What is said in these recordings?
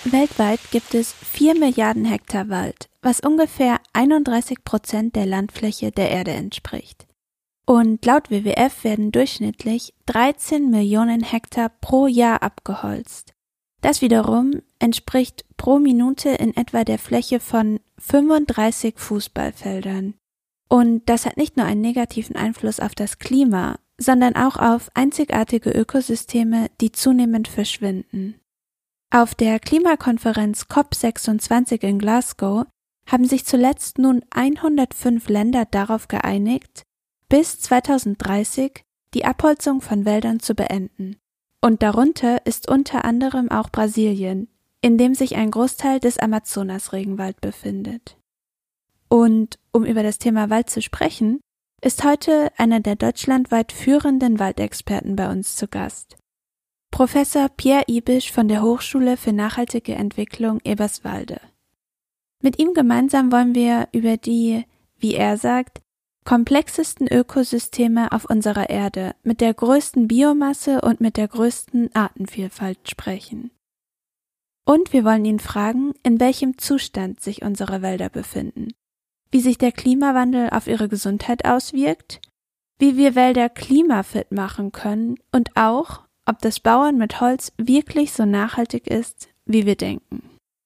Weltweit gibt es 4 Milliarden Hektar Wald, was ungefähr 31% der Landfläche der Erde entspricht. Und laut WWF werden durchschnittlich 13 Millionen Hektar pro Jahr abgeholzt. Das wiederum entspricht pro Minute in etwa der Fläche von 35 Fußballfeldern. Und das hat nicht nur einen negativen Einfluss auf das Klima, sondern auch auf einzigartige Ökosysteme, die zunehmend verschwinden. Auf der Klimakonferenz COP26 in Glasgow haben sich zuletzt nun 105 Länder darauf geeinigt, bis 2030 die Abholzung von Wäldern zu beenden. Und darunter ist unter anderem auch Brasilien, in dem sich ein Großteil des Amazonas-Regenwald befindet. Und um über das Thema Wald zu sprechen, ist heute einer der deutschlandweit führenden Waldexperten bei uns zu Gast. Professor Pierre Ibisch von der Hochschule für nachhaltige Entwicklung Eberswalde. Mit ihm gemeinsam wollen wir über die, wie er sagt, komplexesten Ökosysteme auf unserer Erde mit der größten Biomasse und mit der größten Artenvielfalt sprechen. Und wir wollen ihn fragen, in welchem Zustand sich unsere Wälder befinden, wie sich der Klimawandel auf ihre Gesundheit auswirkt, wie wir Wälder klimafit machen können und auch, ob das Bauen mit Holz wirklich so nachhaltig ist, wie wir denken.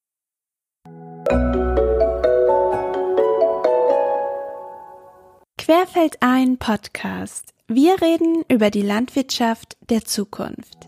Querfeldein Podcast. Wir reden über die Landwirtschaft der Zukunft.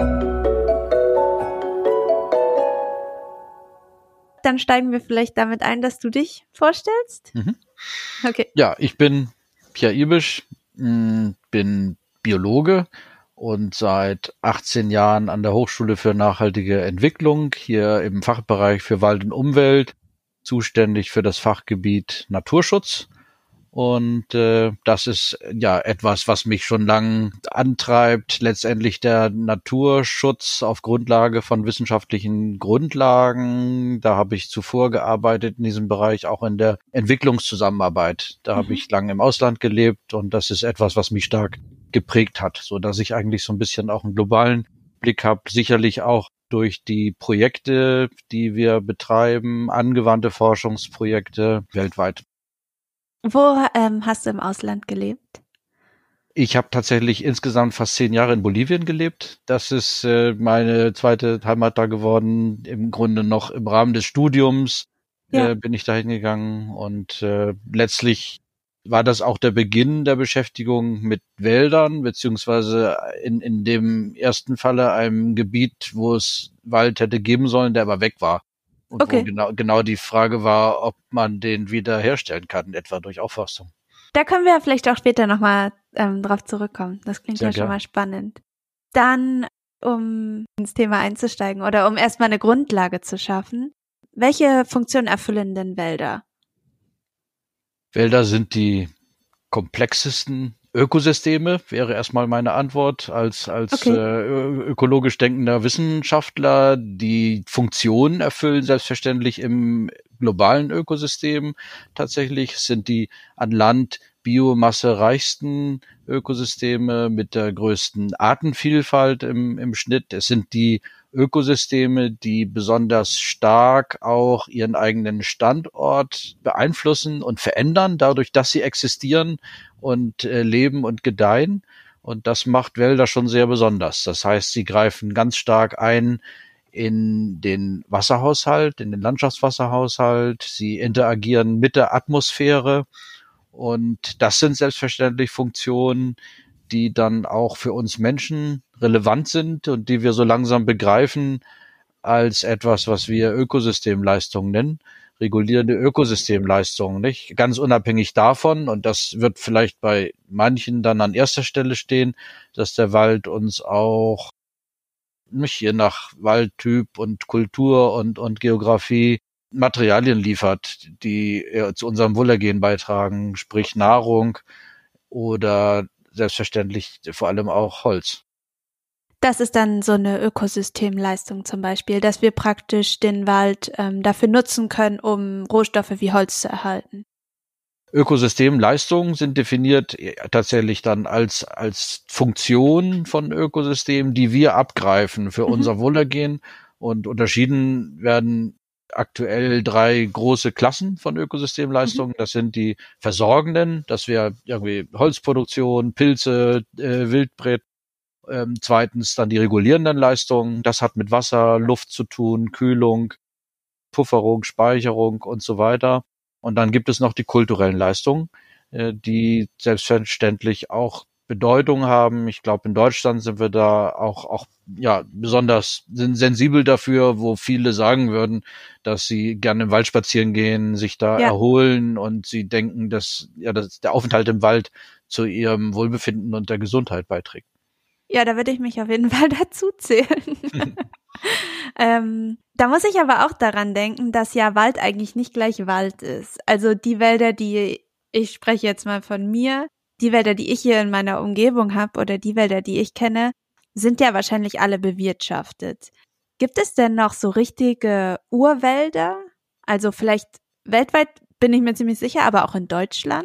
Dann steigen wir vielleicht damit ein, dass du dich vorstellst. Okay. Ja, ich bin Pierre Ibisch, bin Biologe und seit 18 Jahren an der Hochschule für nachhaltige Entwicklung hier im Fachbereich für Wald und Umwelt, zuständig für das Fachgebiet Naturschutz. Und das ist ja etwas, was mich schon lang antreibt, letztendlich der Naturschutz auf Grundlage von wissenschaftlichen Grundlagen. Da habe ich zuvor gearbeitet in diesem Bereich, auch in der Entwicklungszusammenarbeit. Da habe ich lange im Ausland gelebt und das ist etwas, was mich stark geprägt hat, so dass ich eigentlich so ein bisschen auch einen globalen Blick habe, sicherlich auch durch die Projekte, die wir betreiben, angewandte Forschungsprojekte weltweit. Wo hast du im Ausland gelebt? Ich habe tatsächlich insgesamt fast 10 Jahre in Bolivien gelebt. Das ist meine zweite Heimat da geworden. Im Grunde noch im Rahmen des Studiums bin ich da hingegangen und letztlich war das auch der Beginn der Beschäftigung mit Wäldern, beziehungsweise in dem ersten Falle einem Gebiet, wo es Wald hätte geben sollen, der aber weg war. Und wo genau die Frage war, ob man den wieder herstellen kann, etwa durch Aufforstung. Da können wir vielleicht auch später nochmal drauf zurückkommen. Das klingt ja schon mal spannend. Dann, um ins Thema einzusteigen oder um erstmal eine Grundlage zu schaffen, welche Funktion erfüllen denn Wälder? Wälder sind die komplexesten Ökosysteme, wäre erstmal meine Antwort als ökologisch denkender Wissenschaftler. Die Funktionen erfüllen selbstverständlich im globalen Ökosystem. Tatsächlich sind die an Land Biomasse reichsten Ökosysteme mit der größten Artenvielfalt im Schnitt. Es sind die Ökosysteme, die besonders stark auch ihren eigenen Standort beeinflussen und verändern, dadurch, dass sie existieren und leben und gedeihen. Und das macht Wälder schon sehr besonders. Das heißt, sie greifen ganz stark ein in den Wasserhaushalt, in den Landschaftswasserhaushalt. Sie interagieren mit der Atmosphäre. Und das sind selbstverständlich Funktionen, die dann auch für uns Menschen relevant sind und die wir so langsam begreifen als etwas, was wir Ökosystemleistungen nennen, regulierende Ökosystemleistungen, nicht? Ganz unabhängig davon, und das wird vielleicht bei manchen dann an erster Stelle stehen, dass der Wald uns auch nicht je nach Waldtyp und Kultur und Geografie Materialien liefert, die zu unserem Wohlergehen beitragen, sprich Nahrung oder selbstverständlich vor allem auch Holz. Das ist dann so eine Ökosystemleistung zum Beispiel, dass wir praktisch den Wald dafür nutzen können, um Rohstoffe wie Holz zu erhalten. Ökosystemleistungen sind definiert tatsächlich dann als Funktion von Ökosystemen, die wir abgreifen für unser Wohlergehen Und unterschieden werden aktuell 3 große Klassen von Ökosystemleistungen. Das sind die versorgenden, das wäre irgendwie Holzproduktion, Pilze, Wildbret. Zweitens dann die regulierenden Leistungen. Das hat mit Wasser, Luft zu tun, Kühlung, Pufferung, Speicherung und so weiter. Und dann gibt es noch die kulturellen Leistungen, die selbstverständlich auch Bedeutung haben. Ich glaube, in Deutschland sind wir da auch besonders sensibel dafür, wo viele sagen würden, dass sie gerne im Wald spazieren gehen, sich da erholen und sie denken, dass der Aufenthalt im Wald zu ihrem Wohlbefinden und der Gesundheit beiträgt. Ja, da würde ich mich auf jeden Fall dazu zählen. Da muss ich aber auch daran denken, dass ja Wald eigentlich nicht gleich Wald ist. Also die Wälder, ich spreche jetzt mal von mir, die Wälder, die ich hier in meiner Umgebung habe oder die Wälder, die ich kenne, sind ja wahrscheinlich alle bewirtschaftet. Gibt es denn noch so richtige Urwälder? Also vielleicht weltweit bin ich mir ziemlich sicher, aber auch in Deutschland?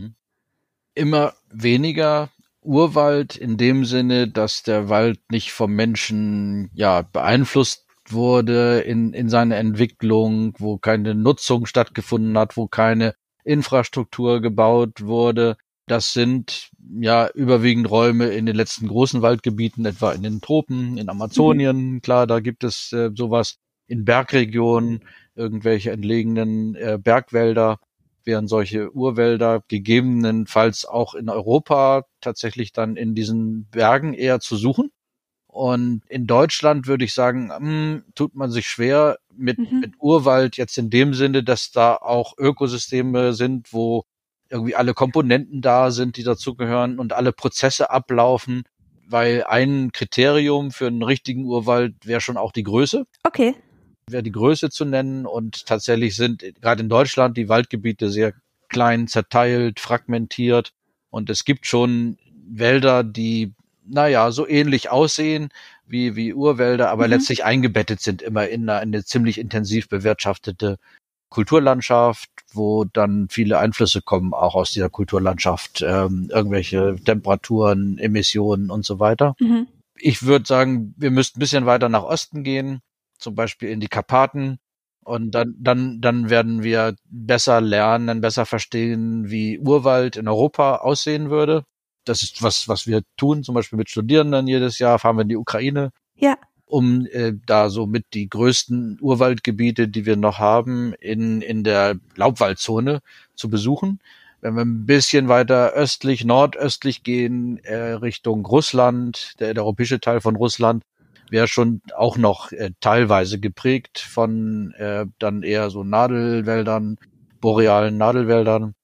Immer weniger Urwald in dem Sinne, dass der Wald nicht vom Menschen beeinflusst wurde in seiner Entwicklung, wo keine Nutzung stattgefunden hat, wo keine Infrastruktur gebaut wurde. Das sind überwiegend Räume in den letzten großen Waldgebieten, etwa in den Tropen, in Amazonien. Klar, da gibt es sowas. In Bergregionen, irgendwelche entlegenen Bergwälder, wären solche Urwälder gegebenenfalls auch in Europa tatsächlich dann in diesen Bergen eher zu suchen. Und in Deutschland würde ich sagen, tut man sich schwer mit Urwald jetzt in dem Sinne, dass da auch Ökosysteme sind, wo irgendwie alle Komponenten da sind, die dazugehören und alle Prozesse ablaufen, weil ein Kriterium für einen richtigen Urwald wäre schon auch die Größe. Okay. Wäre die Größe zu nennen und tatsächlich sind gerade in Deutschland die Waldgebiete sehr klein, zerteilt, fragmentiert und es gibt schon Wälder, die so ähnlich aussehen wie Urwälder, aber letztlich eingebettet sind immer in eine ziemlich intensiv bewirtschaftete Kulturlandschaft, wo dann viele Einflüsse kommen, auch aus dieser Kulturlandschaft, irgendwelche Temperaturen, Emissionen und so weiter. Ich würde sagen, wir müssten ein bisschen weiter nach Osten gehen, zum Beispiel in die Karpaten. Und dann werden wir besser lernen, besser verstehen, wie Urwald in Europa aussehen würde. Das ist was wir tun, zum Beispiel mit Studierenden jedes Jahr, fahren wir in die Ukraine. Ja. Um da so mit die größten Urwaldgebiete, die wir noch haben, in der Laubwaldzone zu besuchen. Wenn wir ein bisschen weiter nordöstlich gehen, Richtung Russland, der europäische Teil von Russland, wäre schon auch noch teilweise geprägt von dann eher so Nadelwäldern, borealen Nadelwäldern,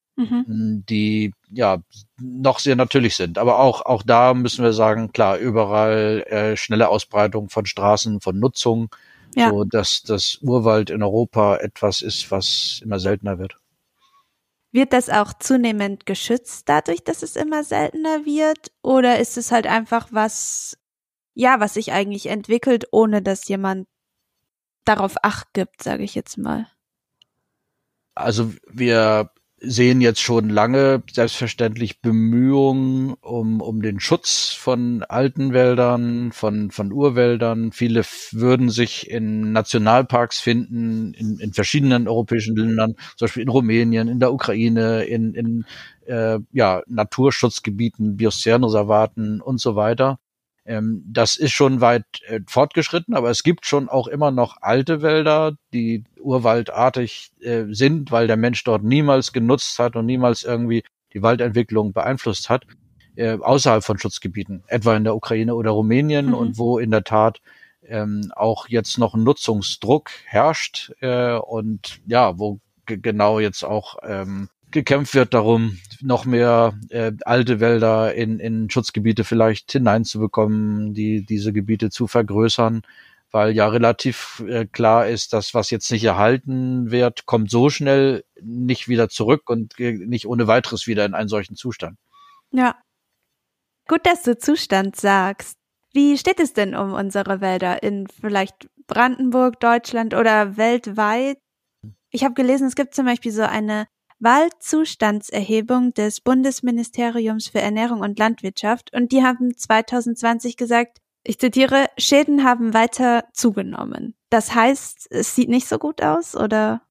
die noch sehr natürlich sind. Aber auch da müssen wir sagen, klar, überall schnelle Ausbreitung von Straßen, von Nutzung, so dass das Urwald in Europa etwas ist, was immer seltener wird. Wird das auch zunehmend geschützt dadurch, dass es immer seltener wird? Oder ist es halt einfach was sich eigentlich entwickelt, ohne dass jemand darauf Acht gibt, sage ich jetzt mal? Also wir sehen jetzt schon lange selbstverständlich Bemühungen um den Schutz von alten Wäldern, von Urwäldern. Viele würden sich in Nationalparks finden, in verschiedenen europäischen Ländern, zum Beispiel in Rumänien, in der Ukraine, in Naturschutzgebieten, Biosphärenreservaten und so weiter. Das ist schon weit fortgeschritten, aber es gibt schon auch immer noch alte Wälder, die urwaldartig sind, weil der Mensch dort niemals genutzt hat und niemals irgendwie die Waldentwicklung beeinflusst hat, außerhalb von Schutzgebieten, etwa in der Ukraine oder Rumänien und wo in der Tat auch jetzt noch ein Nutzungsdruck herrscht und wo genau jetzt auch gekämpft wird darum, noch mehr alte Wälder in Schutzgebiete vielleicht hineinzubekommen, diese Gebiete zu vergrößern, weil ja relativ klar ist, dass was jetzt nicht erhalten wird, kommt so schnell nicht wieder zurück und nicht ohne weiteres wieder in einen solchen Zustand. Ja. Gut, dass du Zustand sagst. Wie steht es denn um unsere Wälder in vielleicht Brandenburg, Deutschland oder weltweit? Ich habe gelesen, es gibt zum Beispiel so eine Waldzustandserhebung des Bundesministeriums für Ernährung und Landwirtschaft und die haben 2020 gesagt, ich zitiere, Schäden haben weiter zugenommen. Das heißt, es sieht nicht so gut aus, oder?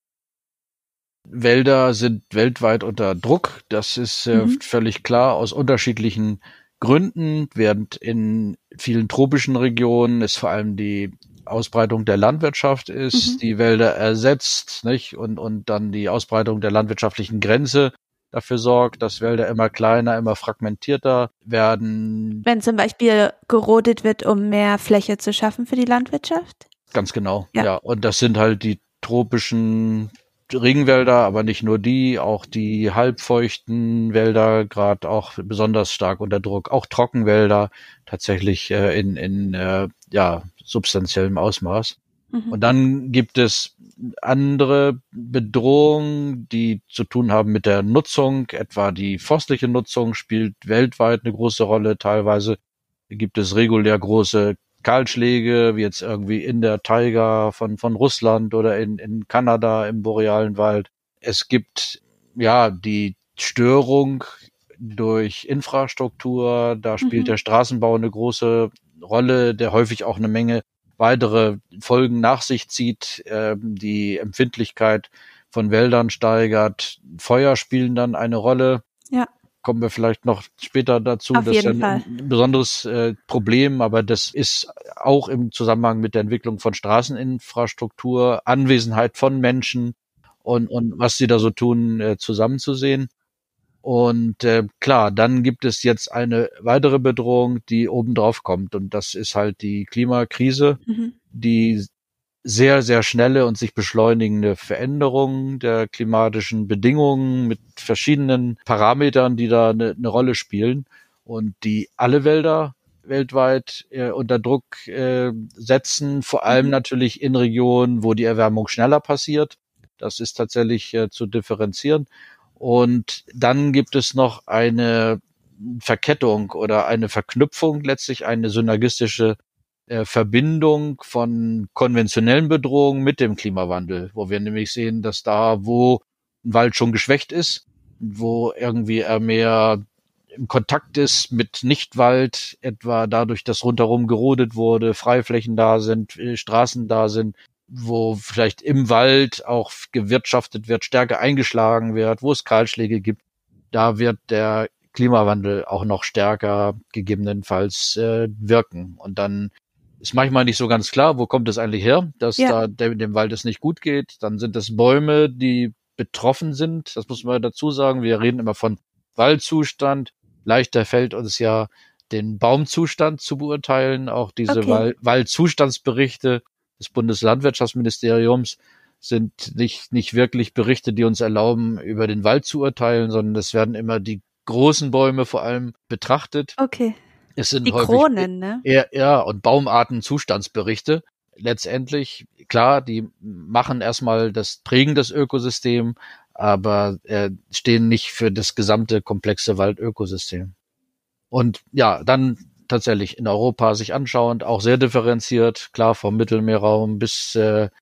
Wälder sind weltweit unter Druck. Das ist völlig klar aus unterschiedlichen Gründen. Während in vielen tropischen Regionen es vor allem die Ausbreitung der Landwirtschaft ist, die Wälder ersetzt, nicht? Und dann die Ausbreitung der landwirtschaftlichen Grenze dafür sorgt, dass Wälder immer kleiner, immer fragmentierter werden. Wenn zum Beispiel gerodet wird, um mehr Fläche zu schaffen für die Landwirtschaft? Ganz genau, ja. Und das sind halt die tropischen Regenwälder, aber nicht nur die, auch die halbfeuchten Wälder, gerade auch besonders stark unter Druck, auch Trockenwälder tatsächlich in substanziellem Ausmaß. Und dann gibt es andere Bedrohungen, die zu tun haben mit der Nutzung, etwa die forstliche Nutzung spielt weltweit eine große Rolle. Teilweise gibt es regulär große Kahlschläge, wie jetzt irgendwie in der Taiga von Russland oder in Kanada im borealen Wald. Es gibt die Störung durch Infrastruktur, da spielt der Straßenbau eine große Rolle, der häufig auch eine Menge weitere Folgen nach sich zieht, die Empfindlichkeit von Wäldern steigert. Feuer spielen dann eine Rolle. Ja. Kommen wir vielleicht noch später dazu. Auf jeden ist Fall ein besonderes Problem, aber das ist auch im Zusammenhang mit der Entwicklung von Straßeninfrastruktur, Anwesenheit von Menschen und was sie da so tun, zusammenzusehen. Und klar, dann gibt es jetzt eine weitere Bedrohung, die obendrauf kommt. Und das ist halt die Klimakrise, die sehr, sehr schnelle und sich beschleunigende Veränderungen der klimatischen Bedingungen mit verschiedenen Parametern, die da eine Rolle spielen und die alle Wälder weltweit unter Druck setzen, vor allem natürlich in Regionen, wo die Erwärmung schneller passiert. Das ist tatsächlich zu differenzieren. Und dann gibt es noch eine Verkettung oder eine Verknüpfung, letztlich eine synergistische Verbindung von konventionellen Bedrohungen mit dem Klimawandel, wo wir nämlich sehen, dass da, wo ein Wald schon geschwächt ist, wo irgendwie er mehr im Kontakt ist mit Nichtwald, etwa dadurch, dass rundherum gerodet wurde, Freiflächen da sind, Straßen da sind, wo vielleicht im Wald auch gewirtschaftet wird, stärker eingeschlagen wird, wo es Kahlschläge gibt, da wird der Klimawandel auch noch stärker gegebenenfalls wirken. Und dann ist manchmal nicht so ganz klar, wo kommt es eigentlich her, dass da dem Wald es nicht gut geht. Dann sind es Bäume, die betroffen sind. Das muss man dazu sagen. Wir reden immer von Waldzustand. Leichter fällt uns ja, den Baumzustand zu beurteilen. Auch diese Waldzustandsberichte des Bundeslandwirtschaftsministeriums sind nicht wirklich Berichte, die uns erlauben, über den Wald zu urteilen, sondern es werden immer die großen Bäume vor allem betrachtet. Okay. Es sind die häufig Kronen, ne? Und Baumartenzustandsberichte. Letztendlich, klar, die machen erstmal prägen das Ökosystem, aber stehen nicht für das gesamte komplexe Waldökosystem. Und ja, dann tatsächlich in Europa sich anschauend, auch sehr differenziert, klar vom Mittelmeerraum bis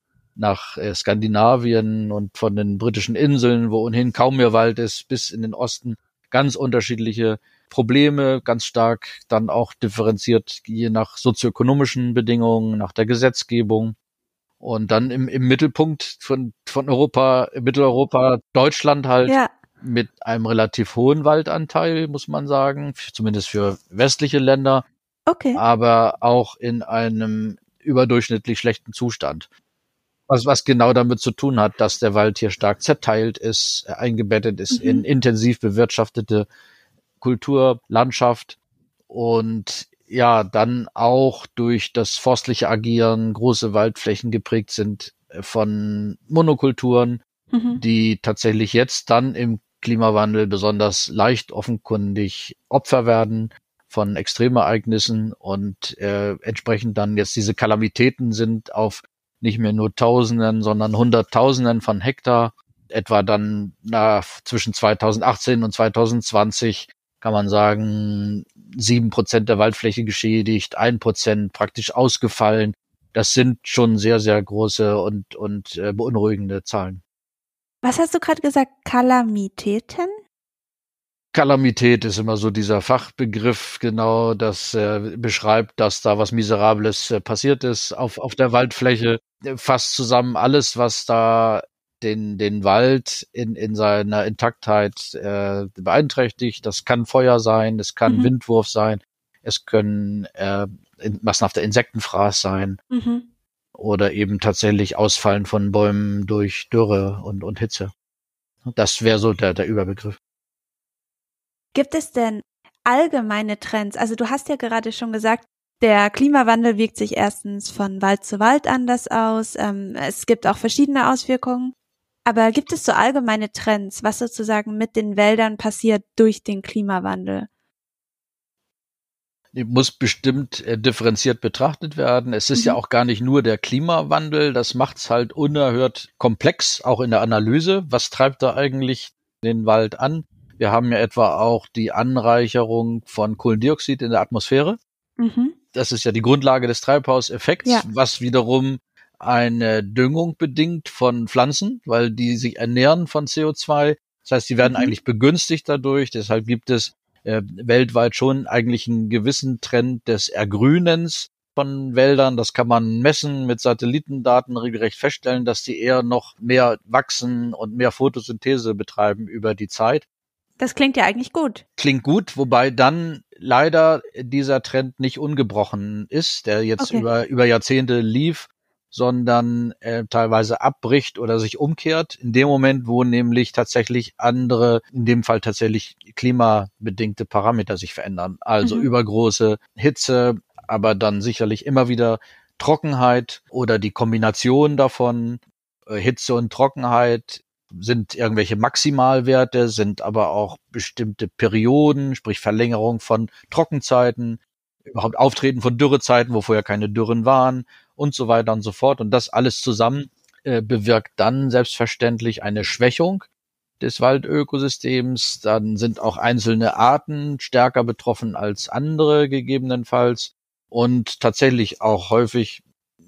nach Skandinavien und von den britischen Inseln, wo ohnehin kaum mehr Wald ist, bis in den Osten, ganz unterschiedliche Probleme, ganz stark dann auch differenziert je nach sozioökonomischen Bedingungen, nach der Gesetzgebung. Und dann im Mittelpunkt von Europa, Mitteleuropa, Deutschland halt mit einem relativ hohen Waldanteil, muss man sagen, zumindest für westliche Länder, aber auch in einem überdurchschnittlich schlechten Zustand. Was genau damit zu tun hat, dass der Wald hier stark zerteilt ist, eingebettet ist in intensiv bewirtschaftete Kultur, Landschaft und ja, dann auch durch das forstliche Agieren große Waldflächen geprägt sind von Monokulturen, die tatsächlich jetzt dann im Klimawandel besonders leicht offenkundig Opfer werden von Extremereignissen und entsprechend dann jetzt diese Kalamitäten sind auf nicht mehr nur Tausenden, sondern Hunderttausenden von Hektar, etwa dann zwischen 2018 und 2020 kann man sagen, 7% der Waldfläche geschädigt, 1% praktisch ausgefallen. Das sind schon sehr, sehr große und beunruhigende Zahlen. Was hast du gerade gesagt? Kalamitäten? Kalamität ist immer so dieser Fachbegriff, genau, das beschreibt, dass da was Miserables passiert ist auf der Waldfläche. fasst zusammen alles, was da den Wald in seiner Intaktheit beeinträchtigt. Das kann Feuer sein, es kann Windwurf sein, es können massenhafter Insektenfraß sein oder eben tatsächlich Ausfallen von Bäumen durch Dürre und Hitze. Das wäre so der Überbegriff. Gibt es denn allgemeine Trends? Also du hast ja gerade schon gesagt, der Klimawandel wirkt sich erstens von Wald zu Wald anders aus. Es gibt auch verschiedene Auswirkungen. Aber gibt es so allgemeine Trends, was sozusagen mit den Wäldern passiert durch den Klimawandel? Die muss bestimmt differenziert betrachtet werden. Es ist ja auch gar nicht nur der Klimawandel, das macht's halt unerhört komplex, auch in der Analyse. Was treibt da eigentlich den Wald an? Wir haben ja etwa auch die Anreicherung von Kohlendioxid in der Atmosphäre. Das ist ja die Grundlage des Treibhauseffekts, was wiederum eine Düngung bedingt von Pflanzen, weil die sich ernähren von CO2. Das heißt, die werden eigentlich begünstigt dadurch. Deshalb gibt es weltweit schon eigentlich einen gewissen Trend des Ergrünens von Wäldern. Das kann man messen mit Satellitendaten regelrecht feststellen, dass die eher noch mehr wachsen und mehr Photosynthese betreiben über die Zeit. Das klingt ja eigentlich gut. Klingt gut, wobei dann leider dieser Trend nicht ungebrochen ist, der jetzt über Jahrzehnte lief, sondern teilweise abbricht oder sich umkehrt. In dem Moment, wo nämlich tatsächlich andere, in dem Fall tatsächlich klimabedingte Parameter sich verändern. Also übergroße Hitze, aber dann sicherlich immer wieder Trockenheit oder die Kombination davon, Hitze und Trockenheit, sind irgendwelche Maximalwerte, sind aber auch bestimmte Perioden, sprich Verlängerung von Trockenzeiten, überhaupt Auftreten von Dürrezeiten, wo vorher keine Dürren waren und so weiter und so fort. Und das alles zusammen bewirkt dann selbstverständlich eine Schwächung des Waldökosystems. Dann sind auch einzelne Arten stärker betroffen als andere gegebenenfalls und tatsächlich auch häufig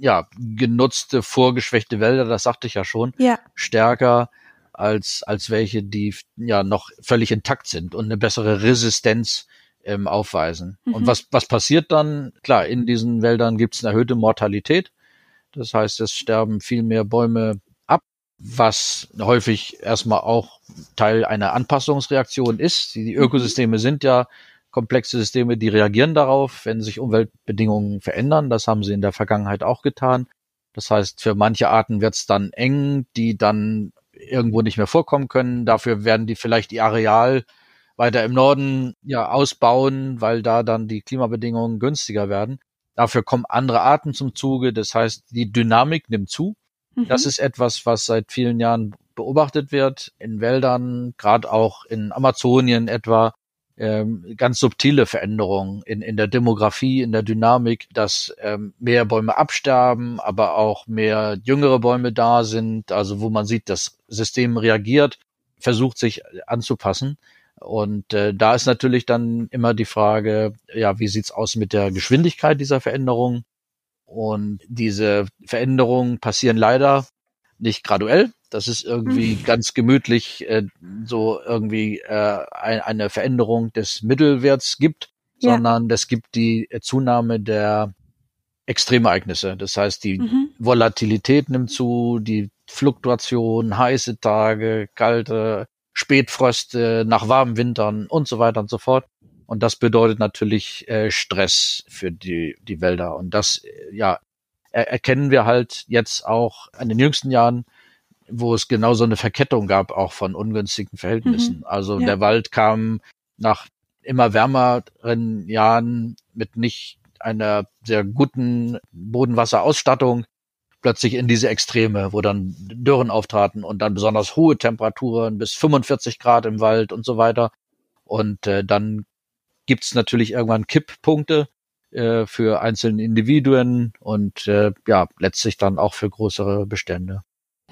genutzte, vorgeschwächte Wälder, das sagte ich ja schon, stärker als welche, die noch völlig intakt sind und eine bessere Resistenz aufweisen. Und was passiert dann? Klar, in diesen Wäldern gibt es eine erhöhte Mortalität. Das heißt, es sterben viel mehr Bäume ab, was häufig erstmal auch Teil einer Anpassungsreaktion ist. Die Ökosysteme sind ja komplexe Systeme, die reagieren darauf, wenn sich Umweltbedingungen verändern. Das haben sie in der Vergangenheit auch getan. Das heißt, für manche Arten wird es dann eng, die dann irgendwo nicht mehr vorkommen können. Dafür werden die vielleicht ihr Areal weiter im Norden ausbauen, weil da dann die Klimabedingungen günstiger werden. Dafür kommen andere Arten zum Zuge. Das heißt, die Dynamik nimmt zu. Das ist etwas, was seit vielen Jahren beobachtet wird in Wäldern, gerade auch in Amazonien etwa. Ganz subtile Veränderungen in der Demografie, in der Dynamik, dass mehr Bäume absterben, aber auch mehr jüngere Bäume da sind, also wo man sieht, das System reagiert, versucht sich anzupassen. Und da ist natürlich dann immer die Frage, wie sieht's aus mit der Geschwindigkeit dieser Veränderung? Und diese Veränderungen passieren leider nicht graduell. Das ist irgendwie ganz gemütlich so irgendwie eine Veränderung des Mittelwerts gibt, sondern es gibt die Zunahme der Extremereignisse. Das heißt, die Volatilität nimmt zu, die Fluktuation, heiße Tage, kalte Spätfröste nach warmen Wintern und so weiter und so fort. Und das bedeutet natürlich Stress für die Wälder. Und das erkennen wir halt jetzt auch in den jüngsten Jahren, wo es genau so eine Verkettung gab, auch von ungünstigen Verhältnissen. Also der Wald kam nach immer wärmeren Jahren mit nicht einer sehr guten Bodenwasserausstattung plötzlich in diese Extreme, wo dann Dürren auftraten und dann besonders hohe Temperaturen bis 45 Grad im Wald und so weiter. Und dann gibt's natürlich irgendwann Kipppunkte für einzelne Individuen und letztlich dann auch für größere Bestände.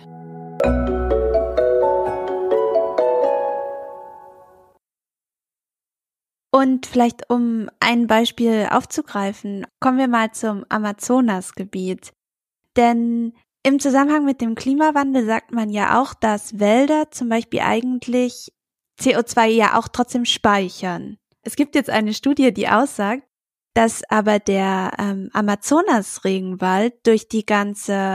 Und vielleicht, um ein Beispiel aufzugreifen, kommen wir mal zum Amazonasgebiet. Denn im Zusammenhang mit dem Klimawandel sagt man ja auch, dass Wälder zum Beispiel eigentlich CO2 ja auch trotzdem speichern. Es gibt jetzt eine Studie, die aussagt, dass aber der Amazonas-Regenwald durch die ganze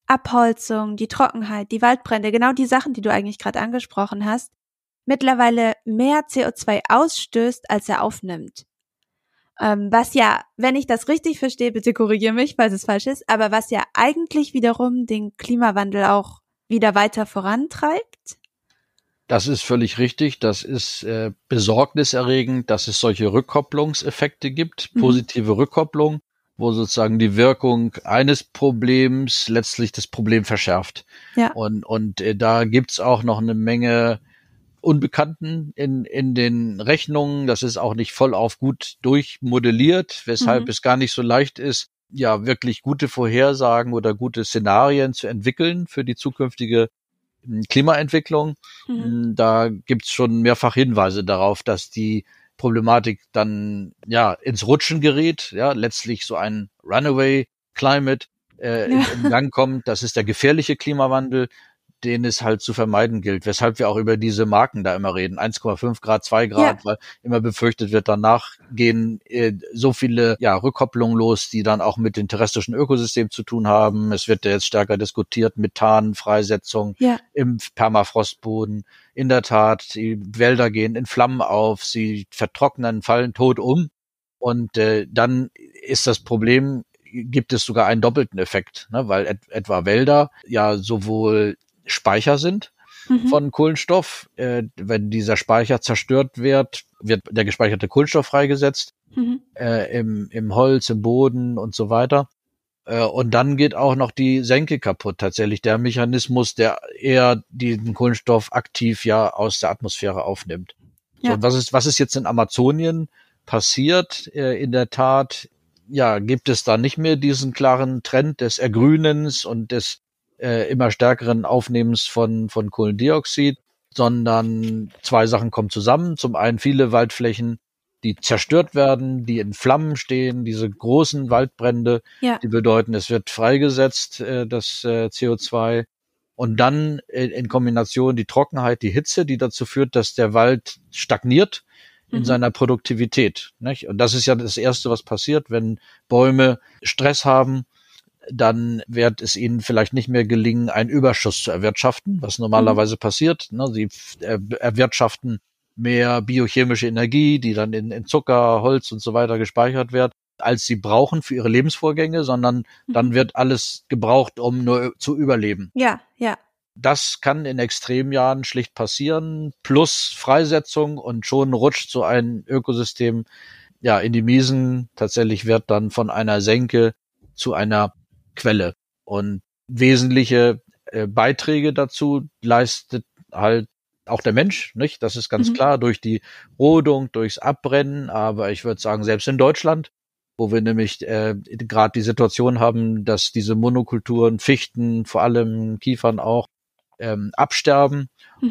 Abholzung, die Trockenheit, die Waldbrände, genau die Sachen, die du eigentlich gerade angesprochen hast, mittlerweile mehr CO2 ausstößt, als er aufnimmt. Was ja, wenn ich das richtig verstehe, bitte korrigiere mich, falls es falsch ist, aber was ja eigentlich wiederum den Klimawandel auch wieder weiter vorantreibt. Das ist völlig richtig. Das ist besorgniserregend, dass es solche Rückkopplungseffekte gibt, positive Rückkopplung, wo sozusagen die Wirkung eines Problems letztlich das Problem verschärft. Ja. Und da gibt's auch noch eine Menge Unbekannten in den Rechnungen. Das ist auch nicht voll auf gut durchmodelliert, weshalb es gar nicht so leicht ist, ja, wirklich gute Vorhersagen oder gute Szenarien zu entwickeln für die zukünftige Klimaentwicklung. Da gibt's schon mehrfach Hinweise darauf, dass die Problematik dann ja ins Rutschen gerät, ja, letztlich so ein Runaway Climate in Gang kommt. Das ist der gefährliche Klimawandel, den es halt zu vermeiden gilt, weshalb wir auch über diese Marken da immer reden, 1,5 Grad, 2 Grad, weil immer befürchtet wird, danach gehen so viele Rückkopplungen los, die dann auch mit dem terrestrischen Ökosystem zu tun haben. Es wird ja jetzt stärker diskutiert, Methanfreisetzung im Permafrostboden. In der Tat, die Wälder gehen in Flammen auf, sie vertrocknen, fallen tot um und dann ist das Problem, gibt es sogar einen doppelten Effekt, ne? Weil etwa Wälder ja sowohl Speicher sind von Kohlenstoff. Wenn dieser Speicher zerstört wird, wird der gespeicherte Kohlenstoff freigesetzt im Holz, im Boden und so weiter. Und dann geht auch noch die Senke kaputt, tatsächlich der Mechanismus, der eher den Kohlenstoff aktiv aus der Atmosphäre aufnimmt. Ja. So, was ist jetzt in Amazonien passiert? In der Tat, gibt es da nicht mehr diesen klaren Trend des Ergrünens und des immer stärkeren Aufnehmens von Kohlendioxid, sondern zwei Sachen kommen zusammen. Zum einen viele Waldflächen, die zerstört werden, die in Flammen stehen, diese großen Waldbrände, die bedeuten, es wird freigesetzt, das CO2. Und dann in Kombination die Trockenheit, die Hitze, die dazu führt, dass der Wald stagniert in seiner Produktivität. Nicht? Und das ist ja das Erste, was passiert, wenn Bäume Stress haben. Dann wird es ihnen vielleicht nicht mehr gelingen, einen Überschuss zu erwirtschaften, was normalerweise passiert. Ne? Sie erwirtschaften mehr biochemische Energie, die dann in Zucker, Holz und so weiter gespeichert wird, als sie brauchen für ihre Lebensvorgänge, sondern dann wird alles gebraucht, um nur zu überleben. Ja. Das kann in Extremjahren schlicht passieren, plus Freisetzung und schon rutscht so ein Ökosystem in die Miesen. Tatsächlich wird dann von einer Senke zu einer Quelle. Und wesentliche Beiträge dazu leistet halt auch der Mensch, nicht? Das ist ganz klar, durch die Rodung, durchs Abbrennen. Aber ich würde sagen, selbst in Deutschland, wo wir nämlich gerade die Situation haben, dass diese Monokulturen, Fichten, vor allem Kiefern auch, absterben.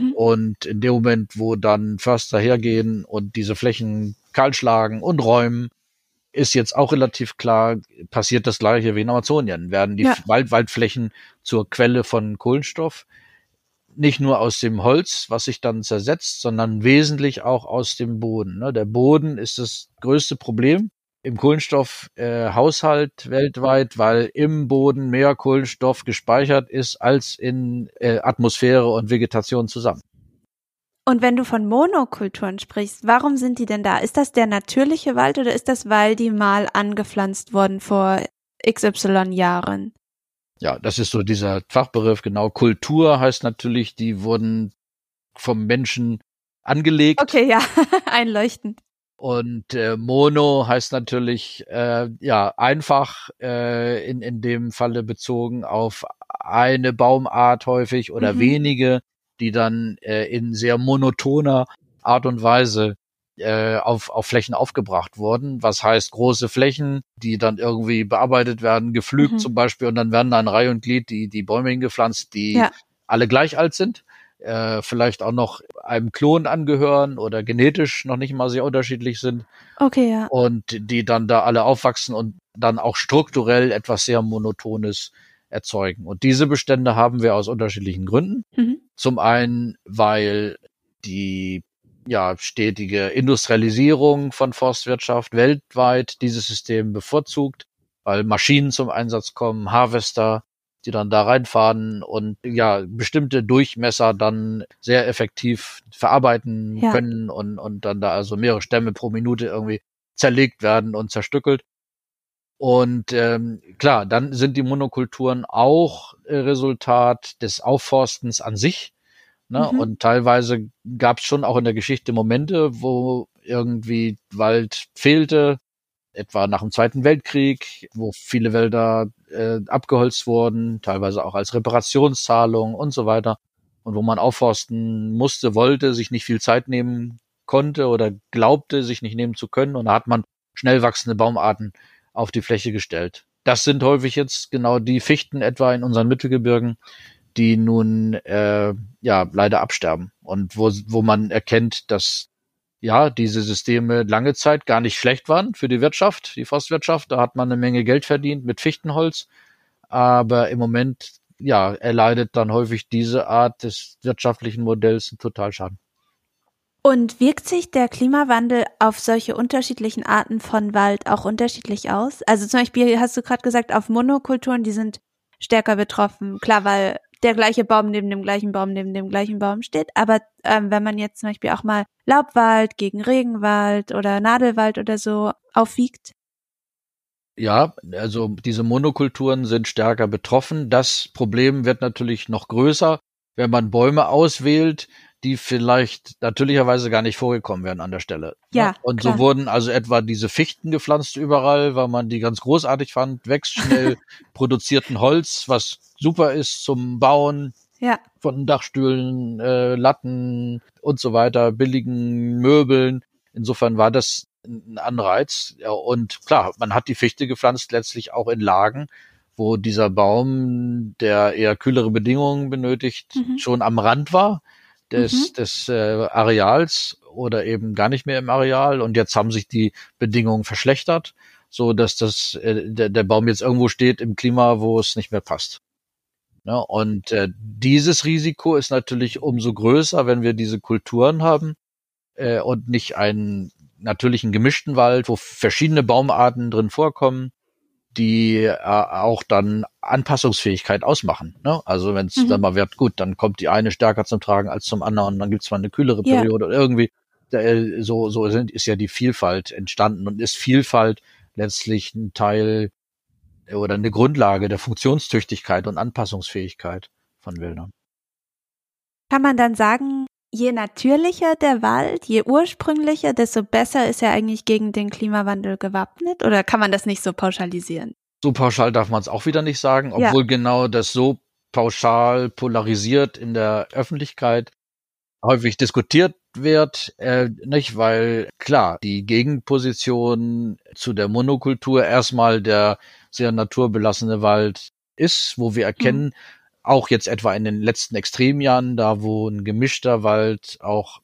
Und in dem Moment, wo dann Förster hergehen und diese Flächen kahlschlagen und räumen, ist jetzt auch relativ klar, passiert das Gleiche wie in Amazonien. Werden die Waldflächen zur Quelle von Kohlenstoff, nicht nur aus dem Holz, was sich dann zersetzt, sondern wesentlich auch aus dem Boden. Ne? Der Boden ist das größte Problem im Kohlenstoffhaushalt weltweit, weil im Boden mehr Kohlenstoff gespeichert ist als in Atmosphäre und Vegetation zusammen. Und wenn du von Monokulturen sprichst, warum sind die denn da? Ist das der natürliche Wald oder ist das, weil die mal angepflanzt wurden vor XY Jahren? Ja, das ist so dieser Fachbegriff, genau. Kultur heißt natürlich, die wurden vom Menschen angelegt. Okay, ja, einleuchtend. Und Mono heißt natürlich einfach in dem Falle bezogen auf eine Baumart häufig oder wenige, die dann in sehr monotoner Art und Weise auf Flächen aufgebracht wurden. Was heißt große Flächen, die dann irgendwie bearbeitet werden, gepflügt zum Beispiel, und dann werden da in Reihe und Glied die Bäume hingepflanzt, die alle gleich alt sind, vielleicht auch noch einem Klon angehören oder genetisch noch nicht mal sehr unterschiedlich sind. Okay, ja. Und die dann da alle aufwachsen und dann auch strukturell etwas sehr Monotones erzeugen. Und diese Bestände haben wir aus unterschiedlichen Gründen. Zum einen, weil die stetige Industrialisierung von Forstwirtschaft weltweit dieses System bevorzugt, weil Maschinen zum Einsatz kommen, Harvester, die dann da reinfahren und ja, bestimmte Durchmesser dann sehr effektiv verarbeiten können und dann da also mehrere Stämme pro Minute irgendwie zerlegt werden und zerstückelt. Und klar, dann sind die Monokulturen auch Resultat des Aufforstens an sich. Ne? Und teilweise gab es schon auch in der Geschichte Momente, wo irgendwie Wald fehlte, etwa nach dem Zweiten Weltkrieg, wo viele Wälder abgeholzt wurden, teilweise auch als Reparationszahlung und so weiter. Und wo man aufforsten musste, wollte, sich nicht viel Zeit nehmen konnte oder glaubte, sich nicht nehmen zu können. Und da hat man schnell wachsende Baumarten auf die Fläche gestellt. Das sind häufig jetzt genau die Fichten etwa in unseren Mittelgebirgen, die nun ja leider absterben und wo man erkennt, dass ja diese Systeme lange Zeit gar nicht schlecht waren für die Wirtschaft, die Forstwirtschaft. Da hat man eine Menge Geld verdient mit Fichtenholz, aber im Moment ja erleidet dann häufig diese Art des wirtschaftlichen Modells einen Totalschaden. Und wirkt sich der Klimawandel auf solche unterschiedlichen Arten von Wald auch unterschiedlich aus? Also zum Beispiel hast du gerade gesagt, auf Monokulturen, die sind stärker betroffen. Klar, weil der gleiche Baum neben dem gleichen Baum neben dem gleichen Baum steht. Aber wenn man jetzt zum Beispiel auch mal Laubwald gegen Regenwald oder Nadelwald oder so aufwiegt? Ja, also diese Monokulturen sind stärker betroffen. Das Problem wird natürlich noch größer, wenn man Bäume auswählt, die vielleicht natürlicherweise gar nicht vorgekommen wären an der Stelle. Ja, und klar. so wurden also etwa diese Fichten gepflanzt überall, weil man die ganz großartig fand, wächst schnell, produzierten Holz, was super ist zum Bauen von Dachstühlen, Latten und so weiter, billigen Möbeln. Insofern war das ein Anreiz. Ja, und klar, man hat die Fichte gepflanzt, letztlich auch in Lagen, wo dieser Baum, der eher kühlere Bedingungen benötigt, schon am Rand war des Areals oder eben gar nicht mehr im Areal. Und jetzt haben sich die Bedingungen verschlechtert, so dass der Baum jetzt irgendwo steht im Klima, wo es nicht mehr passt. Ja, und dieses Risiko ist natürlich umso größer, wenn wir diese Kulturen haben und nicht einen natürlichen gemischten Wald, wo verschiedene Baumarten drin vorkommen, die auch dann Anpassungsfähigkeit ausmachen. Ne? Also wenn es dann mal wird, gut, dann kommt die eine stärker zum Tragen als zum anderen, dann gibt es mal eine kühlere Periode oder irgendwie. So ist ja die Vielfalt entstanden und ist Vielfalt letztlich ein Teil oder eine Grundlage der Funktionstüchtigkeit und Anpassungsfähigkeit von Wäldern. Kann man dann sagen, je natürlicher der Wald, je ursprünglicher, desto besser ist er eigentlich gegen den Klimawandel gewappnet? Oder kann man das nicht so pauschalisieren? So pauschal darf man es auch wieder nicht sagen, obwohl genau das so pauschal polarisiert in der Öffentlichkeit häufig diskutiert wird, nicht, weil klar, die Gegenposition zu der Monokultur erstmal der sehr naturbelassene Wald ist, wo wir erkennen, auch jetzt etwa in den letzten Extremjahren, da wo ein gemischter Wald auch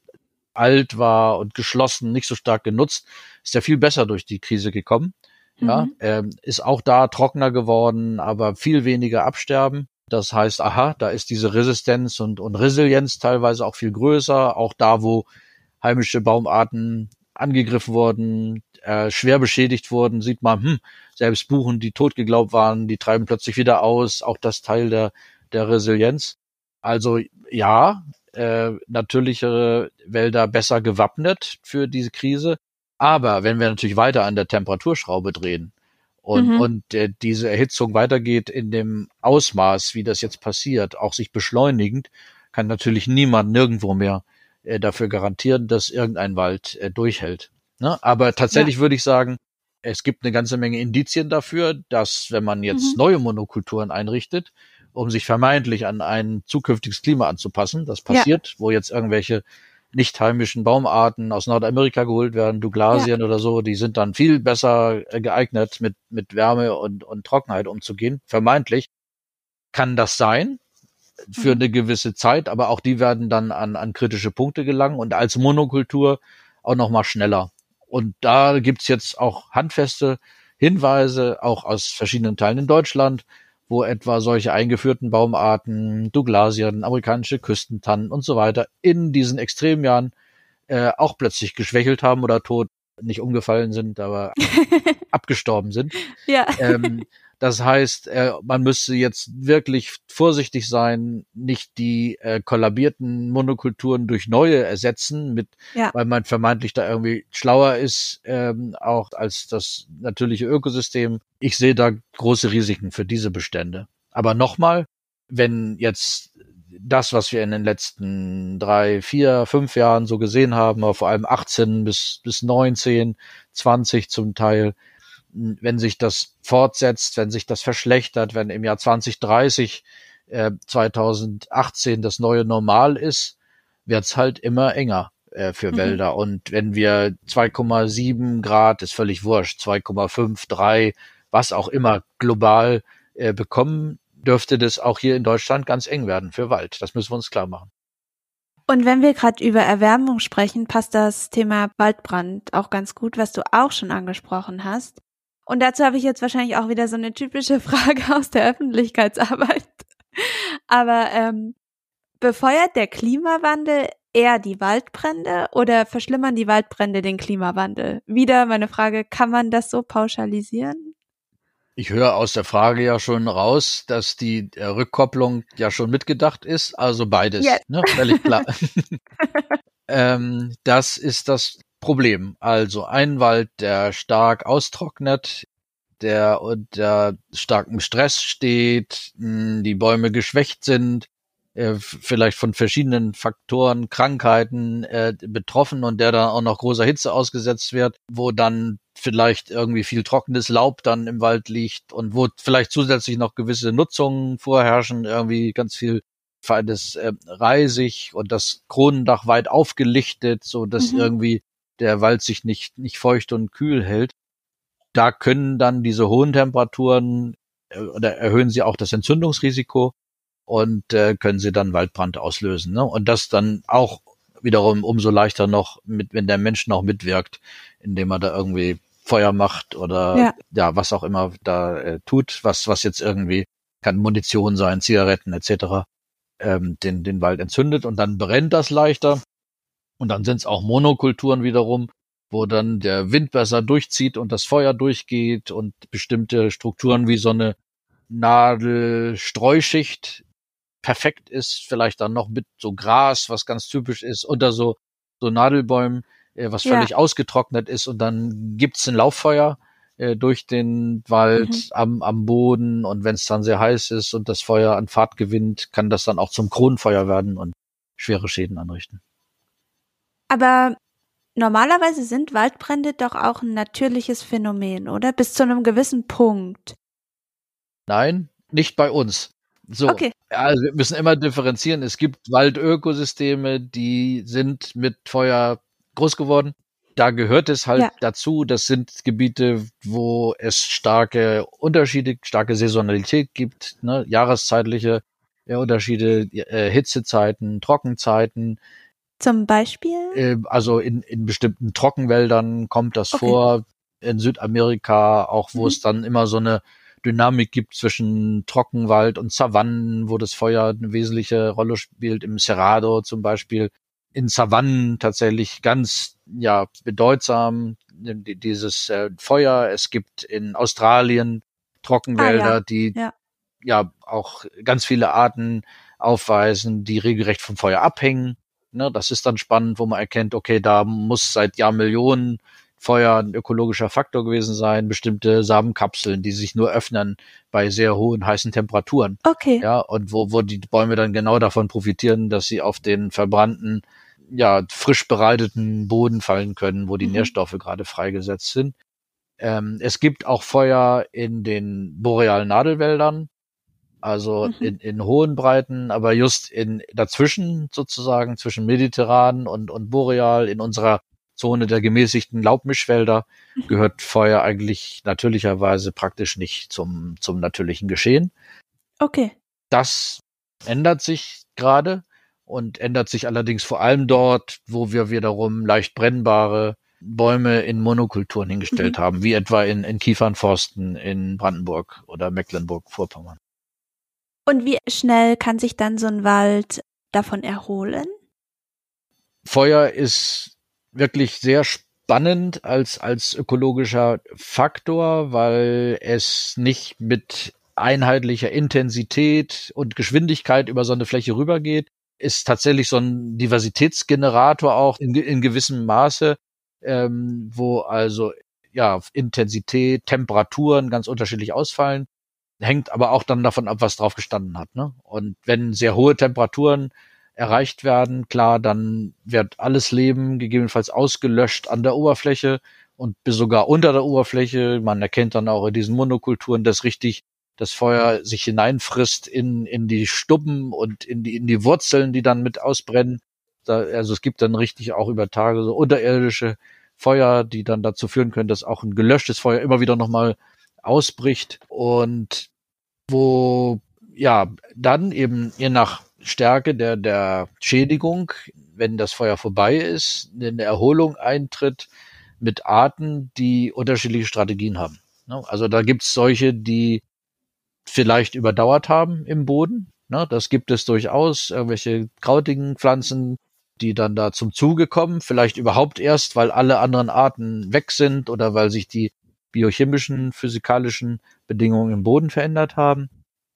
alt war und geschlossen, nicht so stark genutzt, ist er viel besser durch die Krise gekommen. Ja, ist auch da trockener geworden, aber viel weniger Absterben. Das heißt, aha, da ist diese Resistenz und Resilienz teilweise auch viel größer. Auch da, wo heimische Baumarten angegriffen wurden, schwer beschädigt wurden, sieht man, selbst Buchen, die tot geglaubt waren, die treiben plötzlich wieder aus. Auch das Teil der Resilienz. Also ja, natürlichere Wälder besser gewappnet für diese Krise. Aber wenn wir natürlich weiter an der Temperaturschraube drehen und diese Erhitzung weitergeht in dem Ausmaß, wie das jetzt passiert, auch sich beschleunigend, kann natürlich niemand nirgendwo mehr dafür garantieren, dass irgendein Wald durchhält. Ne? Aber tatsächlich würde ich sagen, es gibt eine ganze Menge Indizien dafür, dass wenn man jetzt neue Monokulturen einrichtet, um sich vermeintlich an ein zukünftiges Klima anzupassen, das passiert, wo jetzt irgendwelche nicht heimischen Baumarten aus Nordamerika geholt werden, Douglasien oder so, die sind dann viel besser geeignet, mit Wärme und Trockenheit umzugehen. Vermeintlich kann das sein für eine gewisse Zeit, aber auch die werden dann an kritische Punkte gelangen und als Monokultur auch noch mal schneller. Und da gibt's jetzt auch handfeste Hinweise, auch aus verschiedenen Teilen in Deutschland, wo etwa solche eingeführten Baumarten, Douglasien, amerikanische Küstentannen und so weiter in diesen Extremjahren auch plötzlich geschwächelt haben oder tot, nicht umgefallen sind, aber abgestorben sind. Das heißt, man müsste jetzt wirklich vorsichtig sein, nicht die kollabierten Monokulturen durch neue ersetzen, weil man vermeintlich da irgendwie schlauer ist, auch als das natürliche Ökosystem. Ich sehe da große Risiken für diese Bestände. Aber nochmal, wenn jetzt das, was wir in den letzten 3, 4, 5 Jahren so gesehen haben, aber vor allem 18 bis 19, 20 zum Teil, wenn sich das fortsetzt, wenn sich das verschlechtert, wenn im Jahr 2030, 2018 das neue Normal ist, wird's halt immer enger für Wälder. Und wenn wir 2,7 Grad, ist völlig wurscht, 2,5, 3, was auch immer global bekommen, dürfte das auch hier in Deutschland ganz eng werden für Wald. Das müssen wir uns klar machen. Und wenn wir gerade über Erwärmung sprechen, passt das Thema Waldbrand auch ganz gut, was du auch schon angesprochen hast. Und dazu habe ich jetzt wahrscheinlich auch wieder so eine typische Frage aus der Öffentlichkeitsarbeit. Aber befeuert der Klimawandel eher die Waldbrände oder verschlimmern die Waldbrände den Klimawandel? Wieder meine Frage, kann man das so pauschalisieren? Ich höre aus der Frage ja schon raus, dass die Rückkopplung ja schon mitgedacht ist, also beides, Yes. Ne, völlig klar. Das ist das Problem. Also ein Wald, der stark austrocknet, der unter starkem Stress steht, die Bäume geschwächt sind, vielleicht von verschiedenen Faktoren, Krankheiten betroffen und der dann auch noch großer Hitze ausgesetzt wird, wo dann vielleicht irgendwie viel trockenes Laub dann im Wald liegt und wo vielleicht zusätzlich noch gewisse Nutzungen vorherrschen, irgendwie ganz viel feines Reisig und das Kronendach weit aufgelichtet, so dass irgendwie der Wald sich nicht feucht und kühl hält. Da können dann diese hohen Temperaturen oder erhöhen sie auch das Entzündungsrisiko und können sie dann Waldbrand auslösen. Ne? Und das dann auch wiederum umso leichter noch, wenn der Mensch noch mitwirkt, indem er da irgendwie Feuer macht oder ja was auch immer da tut, was jetzt irgendwie kann Munition sein, Zigaretten etc. Den Wald entzündet und dann brennt das leichter. Und dann sind es auch Monokulturen wiederum, wo dann der Wind besser durchzieht und das Feuer durchgeht und bestimmte Strukturen wie so eine Nadelstreuschicht perfekt ist, vielleicht dann noch mit so Gras, was ganz typisch ist, unter so Nadelbäumen, was völlig ausgetrocknet ist und dann gibt's ein Lauffeuer durch den Wald am Boden und wenn es dann sehr heiß ist und das Feuer an Fahrt gewinnt, kann das dann auch zum Kronenfeuer werden und schwere Schäden anrichten. Aber normalerweise sind Waldbrände doch auch ein natürliches Phänomen, oder? Bis zu einem gewissen Punkt. Nein, nicht bei uns. So, okay. Also wir müssen immer differenzieren. Es gibt Waldökosysteme, die sind mit Feuer groß geworden. Da gehört es halt dazu. Das sind Gebiete, wo es starke Unterschiede, starke Saisonalität gibt, ne? Jahreszeitliche Unterschiede, Hitzezeiten, Trockenzeiten. Zum Beispiel? Also in bestimmten Trockenwäldern kommt das vor. In Südamerika auch, wo es dann immer so eine Dynamik gibt zwischen Trockenwald und Savannen, wo das Feuer eine wesentliche Rolle spielt, im Cerrado zum Beispiel. In Savannen tatsächlich ganz bedeutsam dieses Feuer. Es gibt in Australien Trockenwälder, die auch ganz viele Arten aufweisen, die regelrecht vom Feuer abhängen. Ne, das ist dann spannend, wo man erkennt, okay, da muss seit Jahrmillionen Feuer ein ökologischer Faktor gewesen sein, bestimmte Samenkapseln, die sich nur öffnen bei sehr hohen, heißen Temperaturen. Okay. Ja, und wo die Bäume dann genau davon profitieren, dass sie auf den verbrannten, frisch bereiteten Boden fallen können, wo die Nährstoffe gerade freigesetzt sind. Es gibt auch Feuer in den borealen Nadelwäldern, also in hohen Breiten, aber just dazwischen sozusagen, zwischen mediterran und boreal, in unserer Zone der gemäßigten Laubmischwälder, gehört Feuer eigentlich natürlicherweise praktisch nicht zum natürlichen Geschehen. Okay. Das ändert sich gerade und ändert sich allerdings vor allem dort, wo wir wiederum leicht brennbare Bäume in Monokulturen hingestellt haben, wie etwa in Kiefernforsten in Brandenburg oder Mecklenburg-Vorpommern. Und wie schnell kann sich dann so ein Wald davon erholen? Feuer ist wirklich sehr spannend als ökologischer Faktor, weil es nicht mit einheitlicher Intensität und Geschwindigkeit über so eine Fläche rübergeht. Ist tatsächlich so ein Diversitätsgenerator auch in gewissem Maße, wo also ja Intensität, Temperaturen ganz unterschiedlich ausfallen. Hängt aber auch dann davon ab, was drauf gestanden hat, ne? Und wenn sehr hohe Temperaturen erreicht werden, klar, dann wird alles Leben gegebenenfalls ausgelöscht an der Oberfläche und bis sogar unter der Oberfläche. Man erkennt dann auch in diesen Monokulturen, dass richtig das Feuer sich hineinfrisst in die Stubben und in die Wurzeln, die dann mit ausbrennen. Also es gibt dann richtig auch über Tage so unterirdische Feuer, die dann dazu führen können, dass auch ein gelöschtes Feuer immer wieder nochmal ausbricht und wo ja dann eben je nach Stärke der Schädigung, wenn das Feuer vorbei ist, eine Erholung eintritt mit Arten, die unterschiedliche Strategien haben. Also da gibt's solche, die vielleicht überdauert haben im Boden. Das gibt es durchaus, irgendwelche krautigen Pflanzen, die dann da zum Zuge kommen, vielleicht überhaupt erst, weil alle anderen Arten weg sind oder weil sich die biochemischen, physikalischen Bedingungen im Boden verändert haben.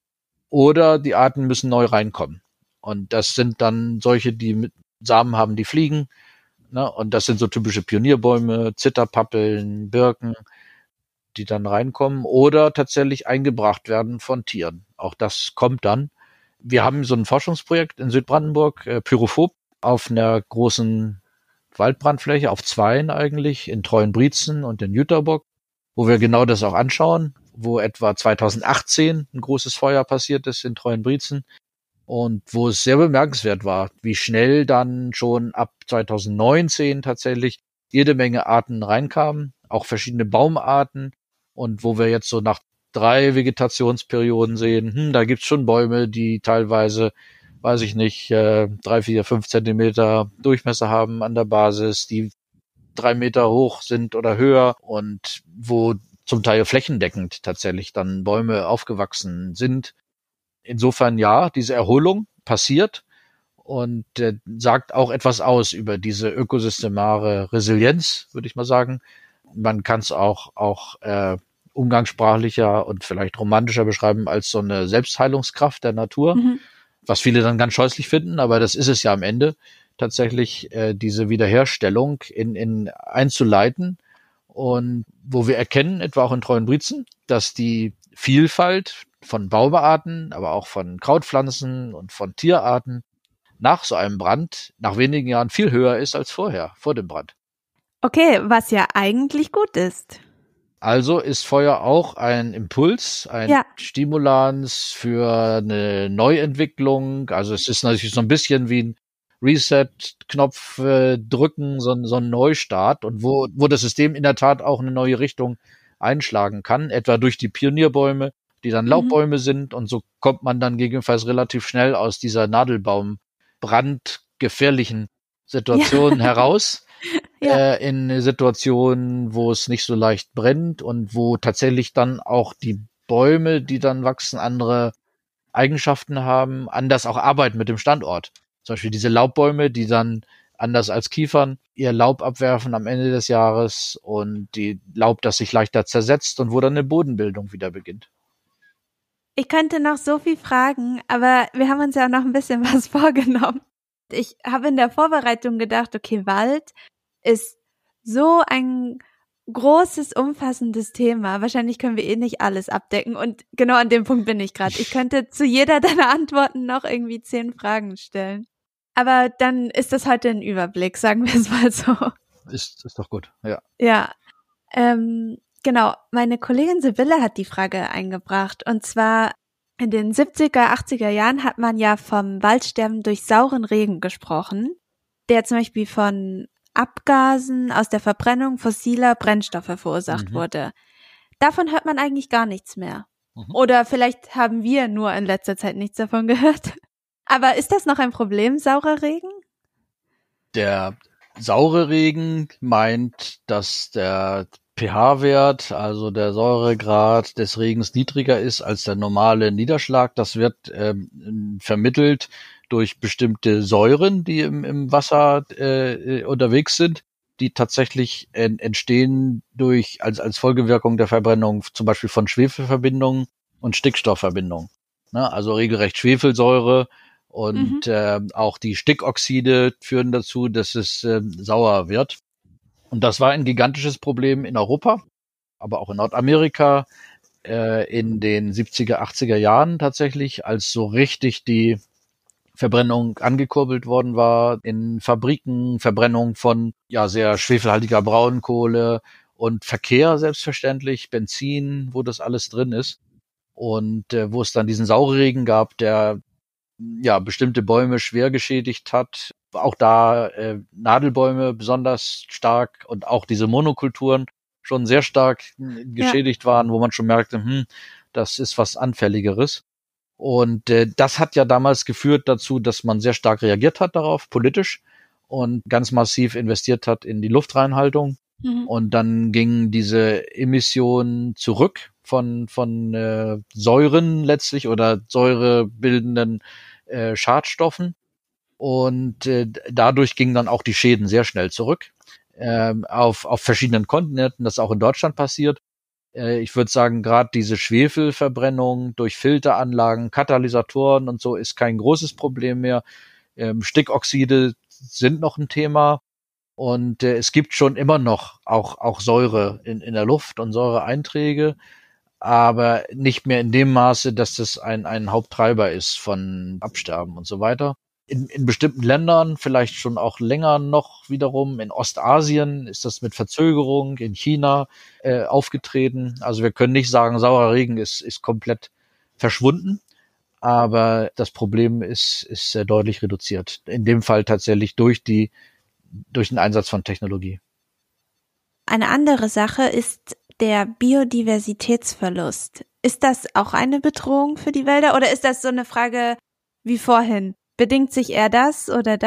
Oder die Arten müssen neu reinkommen. Und das sind dann solche, die mit Samen haben, die fliegen. Und das sind so typische Pionierbäume, Zitterpappeln, Birken, die dann reinkommen oder tatsächlich eingebracht werden von Tieren. Auch das kommt dann. Wir haben so ein Forschungsprojekt in Südbrandenburg, Pyrophob, auf einer großen Waldbrandfläche, auf zweien eigentlich, in Treuenbrietzen und in Jüterbock, wo wir genau das auch anschauen, wo etwa 2018 ein großes Feuer passiert ist in Treuenbrietzen und wo es sehr bemerkenswert war, wie schnell dann schon ab 2019 tatsächlich jede Menge Arten reinkamen, auch verschiedene Baumarten und wo wir jetzt so nach 3 Vegetationsperioden sehen, da gibt's schon Bäume, die teilweise, weiß ich nicht, 3, 4, 5 Zentimeter Durchmesser haben an der Basis, die 3 Meter hoch sind oder höher und wo zum Teil flächendeckend tatsächlich dann Bäume aufgewachsen sind. Insofern ja, diese Erholung passiert und sagt auch etwas aus über diese ökosystemare Resilienz, würde ich mal sagen. Man kann es auch umgangssprachlicher und vielleicht romantischer beschreiben als so eine Selbstheilungskraft der Natur, was viele dann ganz scheußlich finden, aber das ist es ja am Ende, tatsächlich diese Wiederherstellung in einzuleiten und wo wir erkennen, etwa auch in Treuenbrietzen, dass die Vielfalt von Baumarten, aber auch von Krautpflanzen und von Tierarten nach so einem Brand nach wenigen Jahren viel höher ist als vorher, vor dem Brand. Okay, was ja eigentlich gut ist. Also ist Feuer auch ein Impuls, ein Stimulans für eine Neuentwicklung. Also es ist natürlich so ein bisschen wie ein Reset-Knopf drücken, so ein Neustart und wo das System in der Tat auch eine neue Richtung einschlagen kann, etwa durch die Pionierbäume, die dann Laubbäume sind und so kommt man dann gegebenenfalls relativ schnell aus dieser Nadelbaum-brandgefährlichen Situation heraus. In eine Situation, wo es nicht so leicht brennt und wo tatsächlich dann auch die Bäume, die dann wachsen, andere Eigenschaften haben, anders auch arbeiten mit dem Standort. Zum Beispiel diese Laubbäume, die dann anders als Kiefern ihr Laub abwerfen am Ende des Jahres und die Laub, das sich leichter zersetzt und wo dann eine Bodenbildung wieder beginnt. Ich könnte noch so viel fragen, aber wir haben uns ja auch noch ein bisschen was vorgenommen. Ich habe in der Vorbereitung gedacht, okay, Wald ist so ein großes, umfassendes Thema. Wahrscheinlich können wir nicht alles abdecken und genau an dem Punkt bin ich gerade. Ich könnte zu jeder deiner Antworten noch irgendwie 10 Fragen stellen. Aber dann ist das heute ein Überblick, sagen wir es mal so. Ist doch gut, ja. Ja, genau. Meine Kollegin Sibylle hat die Frage eingebracht und zwar in den 70er, 80er Jahren hat man ja vom Waldsterben durch sauren Regen gesprochen, der zum Beispiel von Abgasen aus der Verbrennung fossiler Brennstoffe verursacht wurde. Davon hört man eigentlich gar nichts mehr. Oder vielleicht haben wir nur in letzter Zeit nichts davon gehört. Aber ist das noch ein Problem, saurer Regen? Der saure Regen meint, dass der pH-Wert, also der Säuregrad des Regens niedriger ist als der normale Niederschlag. Das wird vermittelt durch bestimmte Säuren, die im Wasser unterwegs sind, die tatsächlich entstehen durch als Folgewirkung der Verbrennung zum Beispiel von Schwefelverbindungen und Stickstoffverbindungen. Ne? Also regelrecht Schwefelsäure und auch die Stickoxide führen dazu, dass es sauer wird. Und das war ein gigantisches Problem in Europa, aber auch in Nordamerika in den 70er, 80er Jahren tatsächlich, als so richtig die Verbrennung angekurbelt worden war in Fabriken, Verbrennung von sehr schwefelhaltiger Braunkohle und Verkehr selbstverständlich, Benzin, wo das alles drin ist und wo es dann diesen Sauerregen gab, der bestimmte Bäume schwer geschädigt hat. Auch da Nadelbäume besonders stark und auch diese Monokulturen schon sehr stark geschädigt waren, wo man schon merkte, das ist was Anfälligeres. Und das hat ja damals geführt dazu, dass man sehr stark reagiert hat darauf, politisch, und ganz massiv investiert hat in die Luftreinhaltung. Und dann gingen diese Emissionen zurück von Säuren letztlich oder säurebildenden Schadstoffen. Und dadurch gingen dann auch die Schäden sehr schnell zurück. Auf verschiedenen Kontinenten, das ist auch in Deutschland passiert. Ich würde sagen, gerade diese Schwefelverbrennung durch Filteranlagen, Katalysatoren und so ist kein großes Problem mehr. Stickoxide sind noch ein Thema. Und es gibt schon immer noch auch Säure in der Luft und Säureeinträge, aber nicht mehr in dem Maße, dass das ein Haupttreiber ist von Absterben und so weiter. In bestimmten Ländern, vielleicht schon auch länger noch wiederum, in Ostasien ist das mit Verzögerung, in China aufgetreten. Also wir können nicht sagen, saurer Regen ist komplett verschwunden, aber das Problem ist sehr deutlich reduziert. In dem Fall tatsächlich durch den Einsatz von Technologie. Eine andere Sache ist der Biodiversitätsverlust. Ist das auch eine Bedrohung für die Wälder oder ist das so eine Frage wie vorhin? Bedingt sich eher das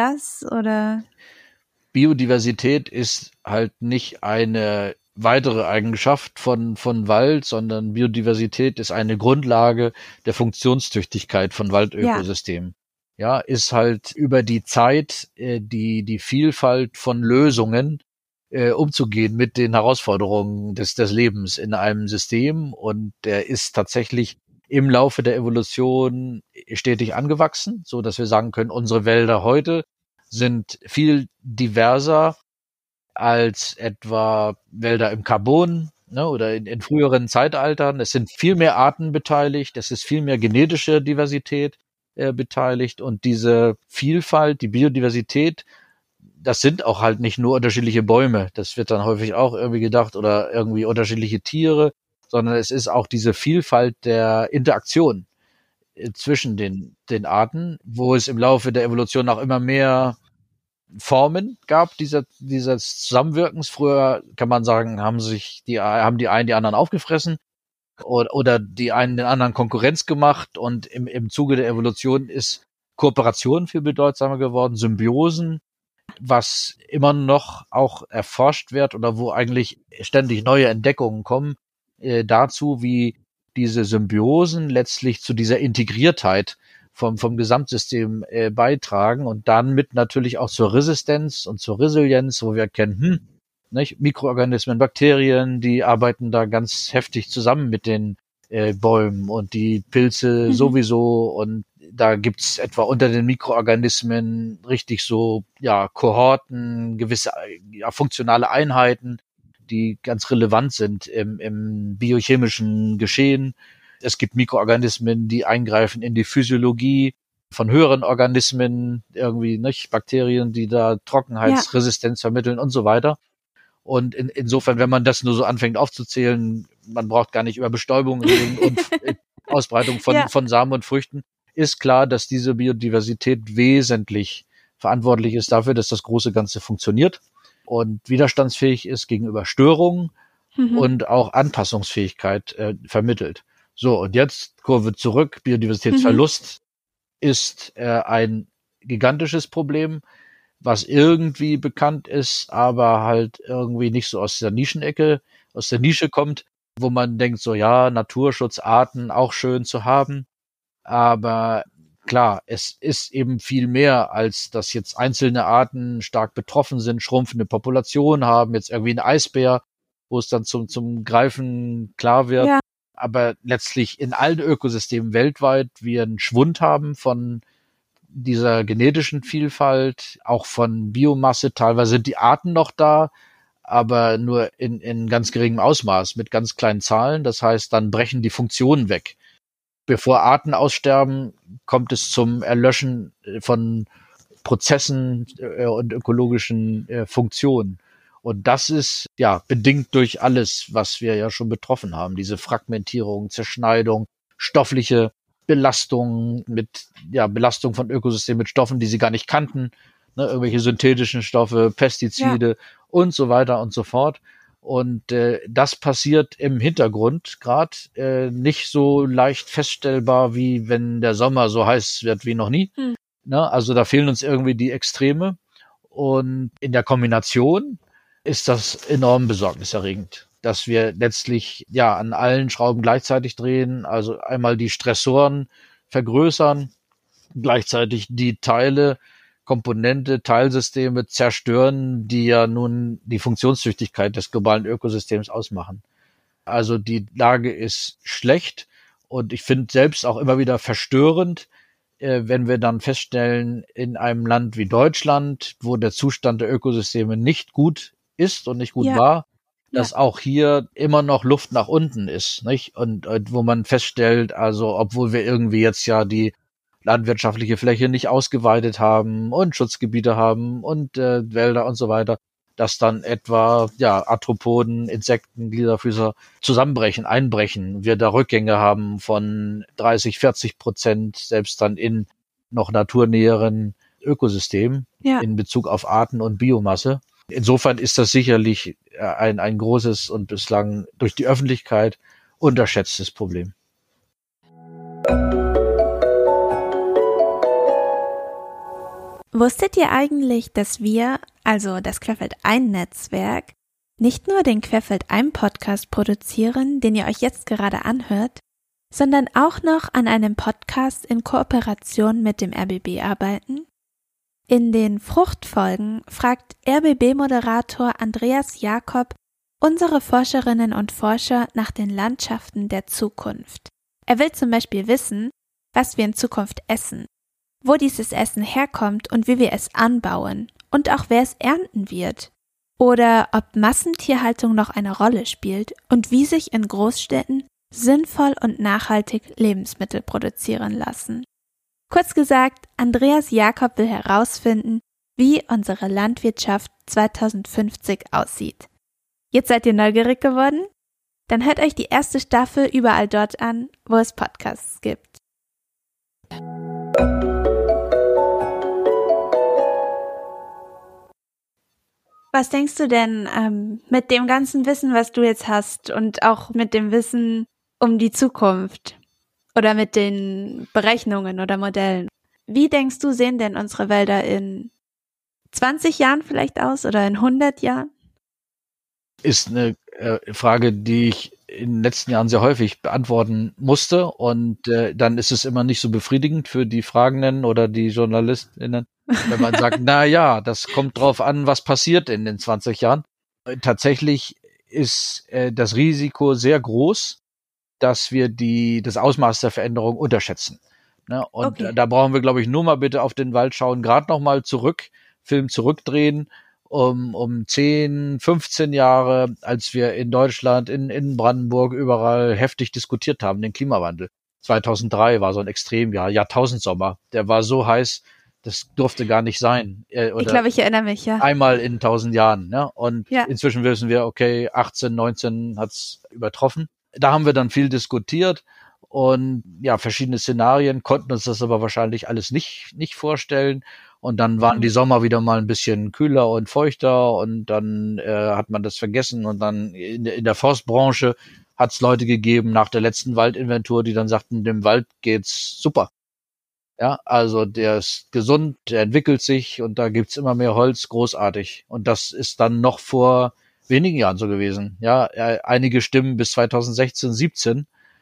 oder? Biodiversität ist halt nicht eine weitere Eigenschaft von Wald, sondern Biodiversität ist eine Grundlage der Funktionstüchtigkeit von Waldökosystemen. Ja, ist halt über die Zeit die Vielfalt von Lösungen umzugehen mit den Herausforderungen des Lebens in einem System, und der ist tatsächlich im Laufe der Evolution stetig angewachsen, so dass wir sagen können, unsere Wälder heute sind viel diverser als etwa Wälder im Karbon, ne, oder in früheren Zeitaltern. Es sind viel mehr Arten beteiligt, es ist viel mehr genetische Diversität beteiligt, und diese Vielfalt, die Biodiversität, das sind auch halt nicht nur unterschiedliche Bäume, das wird dann häufig auch irgendwie gedacht, oder irgendwie unterschiedliche Tiere, sondern es ist auch diese Vielfalt der Interaktion zwischen den Arten, wo es im Laufe der Evolution auch immer mehr Formen gab, dieses Zusammenwirkens. Früher kann man sagen, haben die einen die anderen aufgefressen oder die einen den anderen Konkurrenz gemacht, und im Zuge der Evolution ist Kooperation viel bedeutsamer geworden, Symbiosen, was immer noch auch erforscht wird oder wo eigentlich ständig neue Entdeckungen kommen dazu, wie diese Symbiosen letztlich zu dieser Integriertheit vom Gesamtsystem beitragen und dann mit natürlich auch zur Resistenz und zur Resilienz, wo wir erkennen, nicht? Mikroorganismen, Bakterien, die arbeiten da ganz heftig zusammen mit den Bäumen, und die Pilze sowieso, und da gibt's etwa unter den Mikroorganismen richtig so Kohorten, gewisse funktionale Einheiten, die ganz relevant sind im biochemischen Geschehen. Es gibt Mikroorganismen, die eingreifen in die Physiologie von höheren Organismen, irgendwie, nicht? Bakterien, die da Trockenheitsresistenz vermitteln und so weiter. Und insofern, wenn man das nur so anfängt aufzuzählen, man braucht gar nicht über Bestäubung reden und Ausbreitung von Samen und Früchten, ist klar, dass diese Biodiversität wesentlich verantwortlich ist dafür, dass das große Ganze funktioniert und widerstandsfähig ist gegenüber Störungen und auch Anpassungsfähigkeit vermittelt. So, und jetzt Kurve zurück. Biodiversitätsverlust ist ein gigantisches Problem, was irgendwie bekannt ist, aber halt irgendwie nicht so aus der Nische kommt, wo man denkt, so Naturschutz, Arten auch schön zu haben, aber klar, es ist eben viel mehr, als dass jetzt einzelne Arten stark betroffen sind, schrumpfende Populationen haben, jetzt irgendwie ein Eisbär, wo es dann zum Greifen klar wird. Ja. Aber letztlich in allen Ökosystemen weltweit wir einen Schwund haben von dieser genetischen Vielfalt, auch von Biomasse. Teilweise sind die Arten noch da, aber nur in ganz geringem Ausmaß, mit ganz kleinen Zahlen. Das heißt, dann brechen die Funktionen weg. Bevor Arten aussterben, kommt es zum Erlöschen von Prozessen und ökologischen Funktionen. Und das ist ja bedingt durch alles, was wir ja schon betroffen haben. Diese Fragmentierung, Zerschneidung, stoffliche Belastung Belastung von Ökosystemen mit Stoffen, die sie gar nicht kannten, ne, irgendwelche synthetischen Stoffe, Pestizide und so weiter und so fort. Und das passiert im Hintergrund gerade nicht so leicht feststellbar, wie wenn der Sommer so heiß wird wie noch nie. Ne? Also da fehlen uns irgendwie die Extreme. Und in der Kombination ist das enorm besorgniserregend, dass wir letztlich an allen Schrauben gleichzeitig drehen. Also einmal die Stressoren vergrößern, gleichzeitig die Komponente, Teilsysteme zerstören, die ja nun die Funktionstüchtigkeit des globalen Ökosystems ausmachen. Also die Lage ist schlecht und ich finde selbst auch immer wieder verstörend, wenn wir dann feststellen, in einem Land wie Deutschland, wo der Zustand der Ökosysteme nicht gut ist und nicht gut war, dass auch hier immer noch Luft nach unten ist, nicht? Und wo man feststellt, also obwohl wir irgendwie jetzt ja die landwirtschaftliche Fläche nicht ausgeweitet haben und Schutzgebiete haben und Wälder und so weiter, dass dann etwa Arthropoden, Insekten, Gliederfüßer zusammenbrechen, einbrechen, wir da Rückgänge haben von 30-40%, selbst dann in noch naturnäheren Ökosystemen in Bezug auf Arten und Biomasse. Insofern ist das sicherlich ein großes und bislang durch die Öffentlichkeit unterschätztes Problem. Wusstet ihr eigentlich, dass wir, also das Querfeldein-Netzwerk, nicht nur den Querfeldein-Podcast produzieren, den ihr euch jetzt gerade anhört, sondern auch noch an einem Podcast in Kooperation mit dem RBB arbeiten? In den Fruchtfolgen fragt RBB-Moderator Andreas Jakob unsere Forscherinnen und Forscher nach den Landschaften der Zukunft. Er will zum Beispiel wissen, was wir in Zukunft essen, wo dieses Essen herkommt und wie wir es anbauen und auch wer es ernten wird. Oder ob Massentierhaltung noch eine Rolle spielt und wie sich in Großstädten sinnvoll und nachhaltig Lebensmittel produzieren lassen. Kurz gesagt, Andreas Jakob will herausfinden, wie unsere Landwirtschaft 2050 aussieht. Jetzt seid ihr neugierig geworden? Dann hört euch die erste Staffel überall dort an, wo es Podcasts gibt. Was denkst du denn mit dem ganzen Wissen, was du jetzt hast und auch mit dem Wissen um die Zukunft oder mit den Berechnungen oder Modellen? Wie denkst du, sehen denn unsere Wälder in 20 Jahren vielleicht aus oder in 100 Jahren? Ist eine Frage, die ich in den letzten Jahren sehr häufig beantworten musste und dann ist es immer nicht so befriedigend für die Fragenden oder die JournalistInnen, wenn man sagt, na ja, das kommt drauf an, was passiert in den 20 Jahren. Tatsächlich ist das Risiko sehr groß, dass wir das Ausmaß der Veränderung unterschätzen. Ne? Und da brauchen wir, glaube ich, nur mal bitte auf den Wald schauen, gerade noch mal Film zurückdrehen, um 10, 15 Jahre, als wir in Deutschland, in Brandenburg überall heftig diskutiert haben, den Klimawandel. 2003 war so ein Extremjahr, Jahrtausendsommer. Der war so heiß, das durfte gar nicht sein. Ich glaube, ich erinnere mich, ja. Einmal in 1000 Jahren. Ne? Und inzwischen wissen wir, okay, 18, 19 hat's übertroffen. Da haben wir dann viel diskutiert und verschiedene Szenarien, konnten uns das aber wahrscheinlich alles nicht vorstellen. Und dann waren die Sommer wieder mal ein bisschen kühler und feuchter und dann hat man das vergessen. Und dann in der Forstbranche hat es Leute gegeben nach der letzten Waldinventur, die dann sagten, dem Wald geht's super. Ja, also der ist gesund, der entwickelt sich und da gibt's immer mehr Holz, großartig. Und das ist dann noch vor wenigen Jahren so gewesen. Ja, einige Stimmen bis 2016, 17.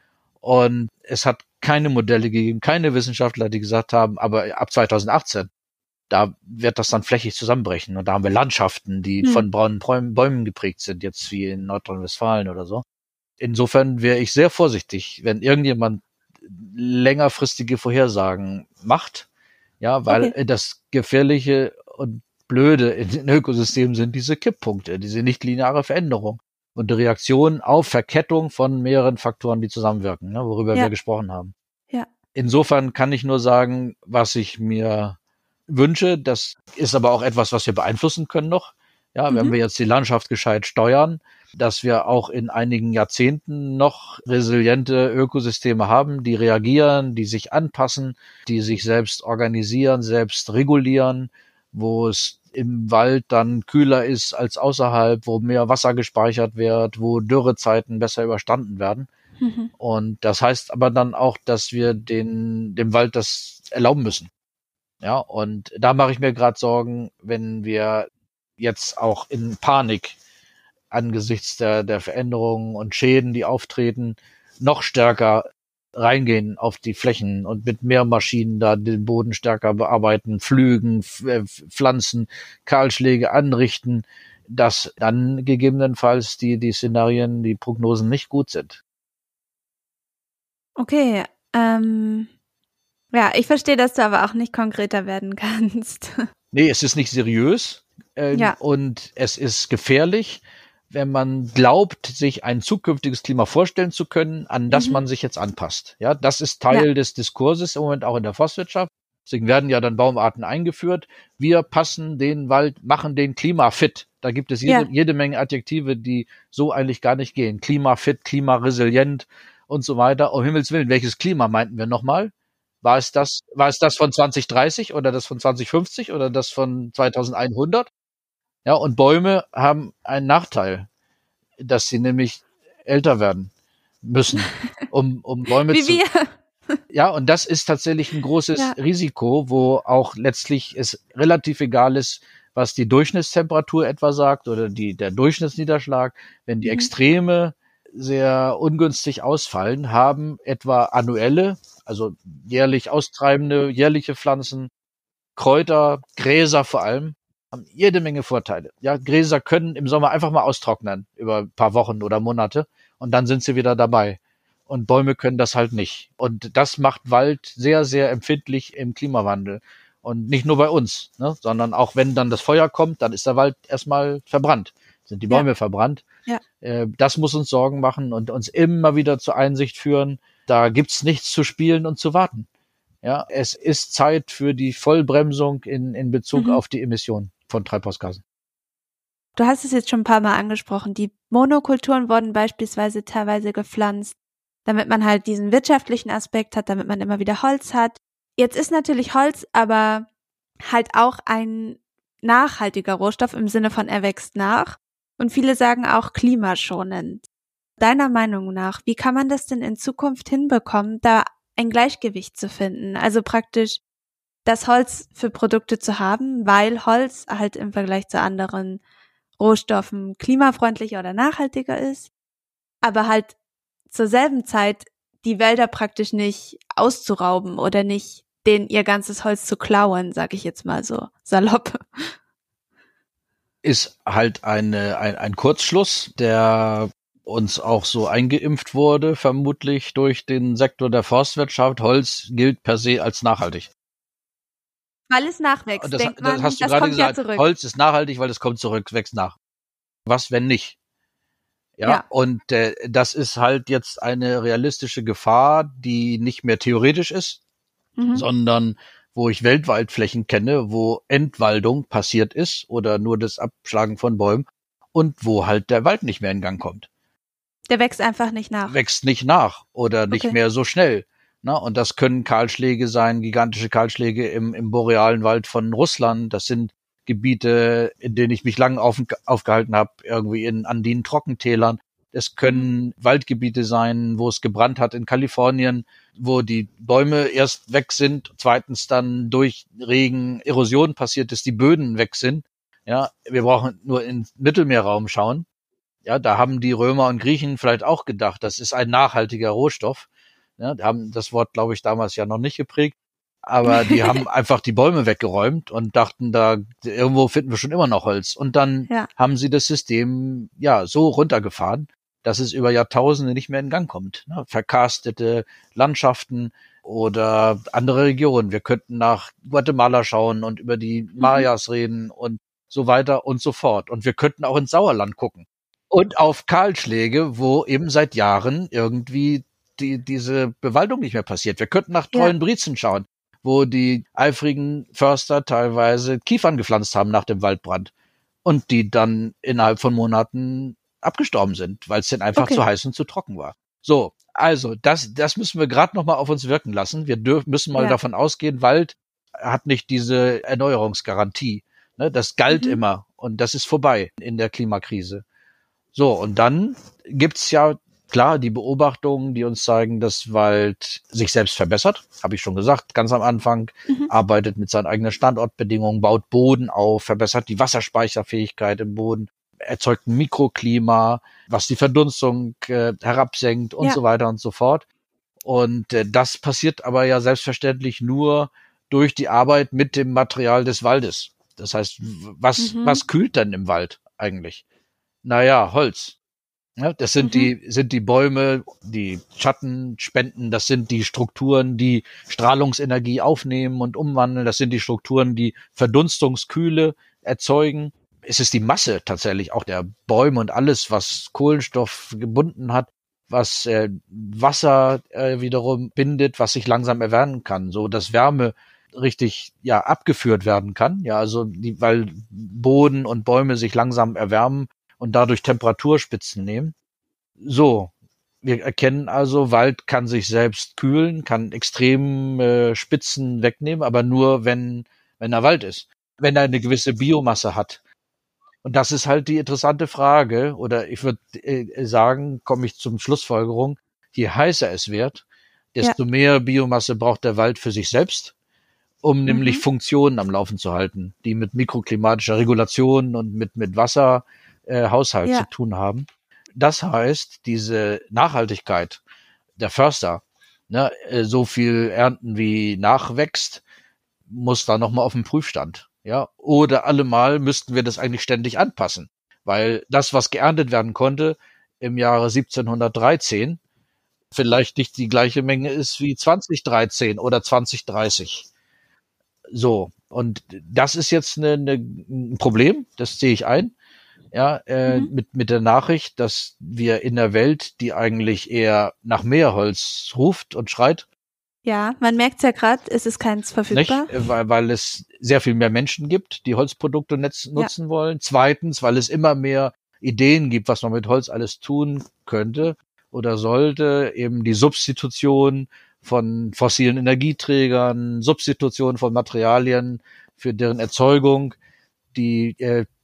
Und es hat keine Modelle gegeben, keine Wissenschaftler, die gesagt haben, aber ab 2018, da wird das dann flächig zusammenbrechen. Und da haben wir Landschaften, die von braunen Bäumen geprägt sind, jetzt wie in Nordrhein-Westfalen oder so. Insofern wäre ich sehr vorsichtig, wenn irgendjemand längerfristige Vorhersagen macht, ja, weil das Gefährliche und Blöde in den Ökosystemen sind diese Kipppunkte, diese nicht-lineare Veränderung und die Reaktion auf Verkettung von mehreren Faktoren, die zusammenwirken, ne, worüber wir gesprochen haben. Ja. Insofern kann ich nur sagen, was ich mir wünsche, das ist aber auch etwas, was wir beeinflussen können noch. Ja, wenn wir jetzt die Landschaft gescheit steuern, dass wir auch in einigen Jahrzehnten noch resiliente Ökosysteme haben, die reagieren, die sich anpassen, die sich selbst organisieren, selbst regulieren, wo es im Wald dann kühler ist als außerhalb, wo mehr Wasser gespeichert wird, wo Dürrezeiten besser überstanden werden. Und das heißt aber dann auch, dass wir dem Wald das erlauben müssen. Ja, und da mache ich mir gerade Sorgen, wenn wir jetzt auch in Panik angesichts der Veränderungen und Schäden, die auftreten, noch stärker reingehen auf die Flächen und mit mehr Maschinen da den Boden stärker bearbeiten, pflügen, pflanzen, Kahlschläge anrichten, dass dann gegebenenfalls die Szenarien, die Prognosen nicht gut sind. Okay, ja, ich verstehe, dass du aber auch nicht konkreter werden kannst. Nee, es ist nicht seriös und es ist gefährlich, wenn man glaubt, sich ein zukünftiges Klima vorstellen zu können, an das man sich jetzt anpasst. Ja, das ist Teil des Diskurses im Moment auch in der Forstwirtschaft. Deswegen werden ja dann Baumarten eingeführt. Wir passen den Wald, machen den klimafit. Da gibt es jede Menge Adjektive, die so eigentlich gar nicht gehen. Klimafit, klimaresilient und so weiter. Um Himmels Willen, welches Klima meinten wir nochmal? War es das von 2030 oder das von 2050 oder das von 2100? Ja, und Bäume haben einen Nachteil, dass sie nämlich älter werden müssen, um Bäume Wie wir. Ja, und das ist tatsächlich ein großes Risiko, wo auch letztlich es relativ egal ist, was die Durchschnittstemperatur etwa sagt oder der Durchschnittsniederschlag. Wenn die Extreme sehr ungünstig ausfallen, haben etwa annuelle, also jährlich austreibende, jährliche Pflanzen, Kräuter, Gräser vor allem, haben jede Menge Vorteile. Ja, Gräser können im Sommer einfach mal austrocknen über ein paar Wochen oder Monate und dann sind sie wieder dabei. Und Bäume können das halt nicht. Und das macht Wald sehr, sehr empfindlich im Klimawandel. Und nicht nur bei uns, ne, sondern auch wenn dann das Feuer kommt, dann ist der Wald erstmal verbrannt, sind die Bäume verbrannt. Ja. Das muss uns Sorgen machen und uns immer wieder zur Einsicht führen, da gibt's nichts zu spielen und zu warten. Ja, es ist Zeit für die Vollbremsung in Bezug auf die Emissionen von Treibhausgasen. Du hast es jetzt schon ein paar Mal angesprochen. Die Monokulturen wurden beispielsweise teilweise gepflanzt, damit man halt diesen wirtschaftlichen Aspekt hat, damit man immer wieder Holz hat. Jetzt ist natürlich Holz aber halt auch ein nachhaltiger Rohstoff im Sinne von er wächst nach. Und viele sagen auch klimaschonend. Deiner Meinung nach, wie kann man das denn in Zukunft hinbekommen, da ein Gleichgewicht zu finden? Also praktisch das Holz für Produkte zu haben, weil Holz halt im Vergleich zu anderen Rohstoffen klimafreundlicher oder nachhaltiger ist, aber halt zur selben Zeit die Wälder praktisch nicht auszurauben oder nicht denen ihr ganzes Holz zu klauen, sag ich jetzt mal so salopp. Ist halt ein Kurzschluss, der uns auch so eingeimpft wurde, vermutlich durch den Sektor der Forstwirtschaft. Holz gilt per se als nachhaltig. Weil es nachwächst, denkt man, das kommt gesagt, ja zurück. Holz ist nachhaltig, weil es kommt zurück, wächst nach. Was, wenn nicht? Ja. Und das ist halt jetzt eine realistische Gefahr, die nicht mehr theoretisch ist, sondern wo ich Weltwaldflächen kenne, wo Entwaldung passiert ist oder nur das Abschlagen von Bäumen und wo halt der Wald nicht mehr in Gang kommt. Der wächst einfach nicht nach. Wächst nicht nach oder nicht mehr so schnell. Na, und das können Kahlschläge sein, gigantische Kahlschläge im borealen Wald von Russland. Das sind Gebiete, in denen ich mich lange aufgehalten habe, irgendwie in andinen Trockentälern. Es können Waldgebiete sein, wo es gebrannt hat in Kalifornien, wo die Bäume erst weg sind, zweitens dann durch Regen, Erosion passiert ist, die Böden weg sind. Ja, wir brauchen nur in den Mittelmeerraum schauen. Ja, da haben die Römer und Griechen vielleicht auch gedacht, das ist ein nachhaltiger Rohstoff. Ja, die haben das Wort, glaube ich, damals ja noch nicht geprägt. Aber die haben einfach die Bäume weggeräumt und dachten, da irgendwo finden wir schon immer noch Holz. Und dann haben sie das System ja so runtergefahren, dass es über Jahrtausende nicht mehr in Gang kommt. Ne? Verkarstete Landschaften oder andere Regionen. Wir könnten nach Guatemala schauen und über die Mayas reden und so weiter und so fort. Und wir könnten auch ins Sauerland gucken. Und auf Kahlschläge, wo eben seit Jahren irgendwie diese Bewaldung nicht mehr passiert. Wir könnten nach Treuenbrietzen schauen, wo die eifrigen Förster teilweise Kiefern gepflanzt haben nach dem Waldbrand und die dann innerhalb von Monaten abgestorben sind, weil es denn einfach zu heiß und zu trocken war. So, also das müssen wir gerade noch mal auf uns wirken lassen. Wir müssen mal davon ausgehen, Wald hat nicht diese Erneuerungsgarantie. Ne? Das galt immer und das ist vorbei in der Klimakrise. So, und dann gibt's ja klar die Beobachtungen, die uns zeigen, dass Wald sich selbst verbessert, habe ich schon gesagt, ganz am Anfang, arbeitet mit seinen eigenen Standortbedingungen, baut Boden auf, verbessert die Wasserspeicherfähigkeit im Boden, erzeugt ein Mikroklima, was die Verdunstung herabsenkt und so weiter und so fort. Und das passiert aber ja selbstverständlich nur durch die Arbeit mit dem Material des Waldes. Das heißt, was kühlt denn im Wald eigentlich? Naja, Holz. Ja, das sind die Bäume, die Schatten spenden, das sind die Strukturen, die Strahlungsenergie aufnehmen und umwandeln, das sind die Strukturen, die Verdunstungskühle erzeugen. Es ist die Masse tatsächlich auch der Bäume und alles, was Kohlenstoff gebunden hat, was Wasser wiederum bindet, was sich langsam erwärmen kann, so dass Wärme richtig abgeführt werden kann. Ja, also weil Boden und Bäume sich langsam erwärmen und dadurch Temperaturspitzen nehmen. So, wir erkennen also, Wald kann sich selbst kühlen, kann extrem Spitzen wegnehmen, aber nur, wenn er Wald ist, wenn er eine gewisse Biomasse hat. Und das ist halt die interessante Frage, oder ich würde sagen, komme ich zum Schlussfolgerung, je heißer es wird, desto mehr Biomasse braucht der Wald für sich selbst, um nämlich Funktionen am Laufen zu halten, die mit mikroklimatischer Regulation und mit Wasserhaushalt zu tun haben. Das heißt, diese Nachhaltigkeit der Förster, ne, so viel ernten wie nachwächst, muss da nochmal auf den Prüfstand. Ja, oder allemal müssten wir das eigentlich ständig anpassen, weil das, was geerntet werden konnte im Jahre 1713, vielleicht nicht die gleiche Menge ist wie 2013 oder 2030. So, und das ist jetzt ein Problem, das sehe ich ein. Ja, mit der Nachricht, dass wir in der Welt, die eigentlich eher nach mehr Holz ruft und schreit. Ja, man merkt's ja gerade, es ist keins verfügbar. Nicht? Weil es sehr viel mehr Menschen gibt, die Holzprodukte nutzen wollen. Zweitens, weil es immer mehr Ideen gibt, was man mit Holz alles tun könnte oder sollte. Eben die Substitution von fossilen Energieträgern, Substitution von Materialien für deren Erzeugung, die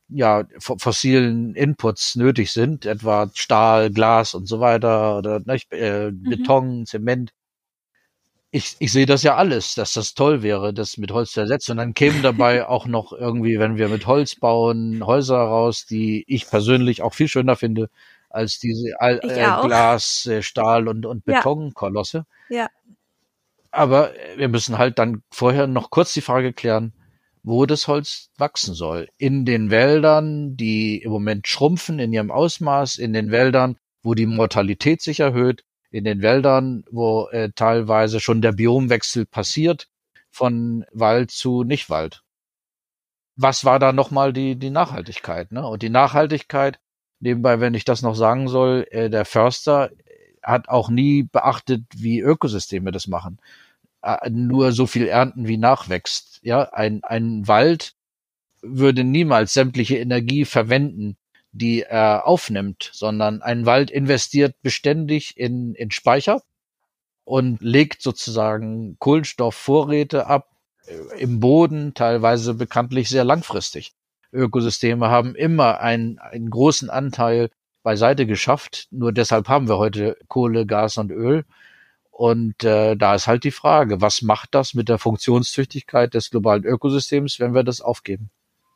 fossilen Inputs nötig sind, etwa Stahl, Glas und so weiter oder Beton, Zement. Ich sehe das ja alles, dass das toll wäre, das mit Holz zu ersetzen. Und dann kämen dabei auch noch irgendwie, wenn wir mit Holz bauen, Häuser raus, die ich persönlich auch viel schöner finde als diese Glas, Stahl und Betonkolosse. Ja. Aber wir müssen halt dann vorher noch kurz die Frage klären, wo das Holz wachsen soll. In den Wäldern, die im Moment schrumpfen in ihrem Ausmaß, in den Wäldern, wo die Mortalität sich erhöht, in den Wäldern, wo teilweise schon der Biomwechsel passiert, von Wald zu Nichtwald. Was war da nochmal die Nachhaltigkeit? Ne? Und die Nachhaltigkeit, nebenbei, wenn ich das noch sagen soll, der Förster hat auch nie beachtet, wie Ökosysteme das machen. Nur so viel ernten, wie nachwächst. Ja, ein Wald würde niemals sämtliche Energie verwenden, die er aufnimmt, sondern ein Wald investiert beständig in Speicher und legt sozusagen Kohlenstoffvorräte ab im Boden, teilweise bekanntlich sehr langfristig. Ökosysteme haben immer einen großen Anteil beiseite geschafft. Nur deshalb haben wir heute Kohle, Gas und Öl. Und da ist halt die Frage, was macht das mit der Funktionstüchtigkeit des globalen Ökosystems, wenn wir das aufgeben?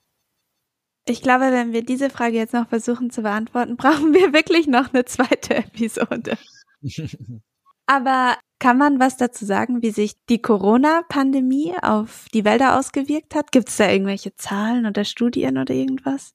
Ich glaube, wenn wir diese Frage jetzt noch versuchen zu beantworten, brauchen wir wirklich noch eine zweite Episode. Aber kann man was dazu sagen, wie sich die Corona-Pandemie auf die Wälder ausgewirkt hat? Gibt es da irgendwelche Zahlen oder Studien oder irgendwas?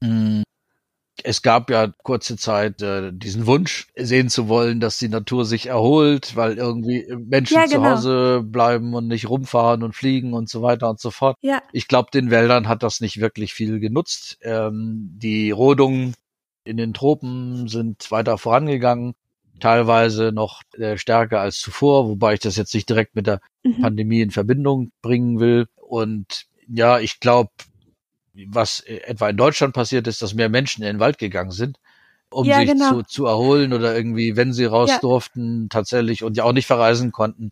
Es gab ja kurze Zeit diesen Wunsch, sehen zu wollen, dass die Natur sich erholt, weil irgendwie Menschen zu Hause bleiben und nicht rumfahren und fliegen und so weiter und so fort. Ja. Ich glaube, den Wäldern hat das nicht wirklich viel genutzt. Die Rodungen in den Tropen sind weiter vorangegangen, teilweise noch stärker als zuvor, wobei ich das jetzt nicht direkt mit der Pandemie in Verbindung bringen will. Und ja, ich glaube, was etwa in Deutschland passiert ist, dass mehr Menschen in den Wald gegangen sind, um sich zu erholen oder irgendwie, wenn sie raus durften, tatsächlich und ja auch nicht verreisen konnten,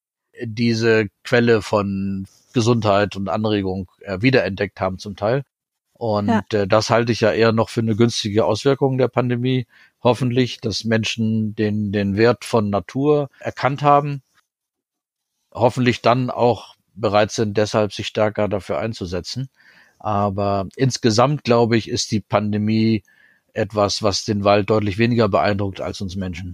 diese Quelle von Gesundheit und Anregung wiederentdeckt haben zum Teil. Und das halte ich ja eher noch für eine günstige Auswirkung der Pandemie. Hoffentlich, dass Menschen den Wert von Natur erkannt haben, hoffentlich dann auch bereit sind, deshalb sich stärker dafür einzusetzen. Aber insgesamt, glaube ich, ist die Pandemie etwas, was den Wald deutlich weniger beeindruckt als uns Menschen.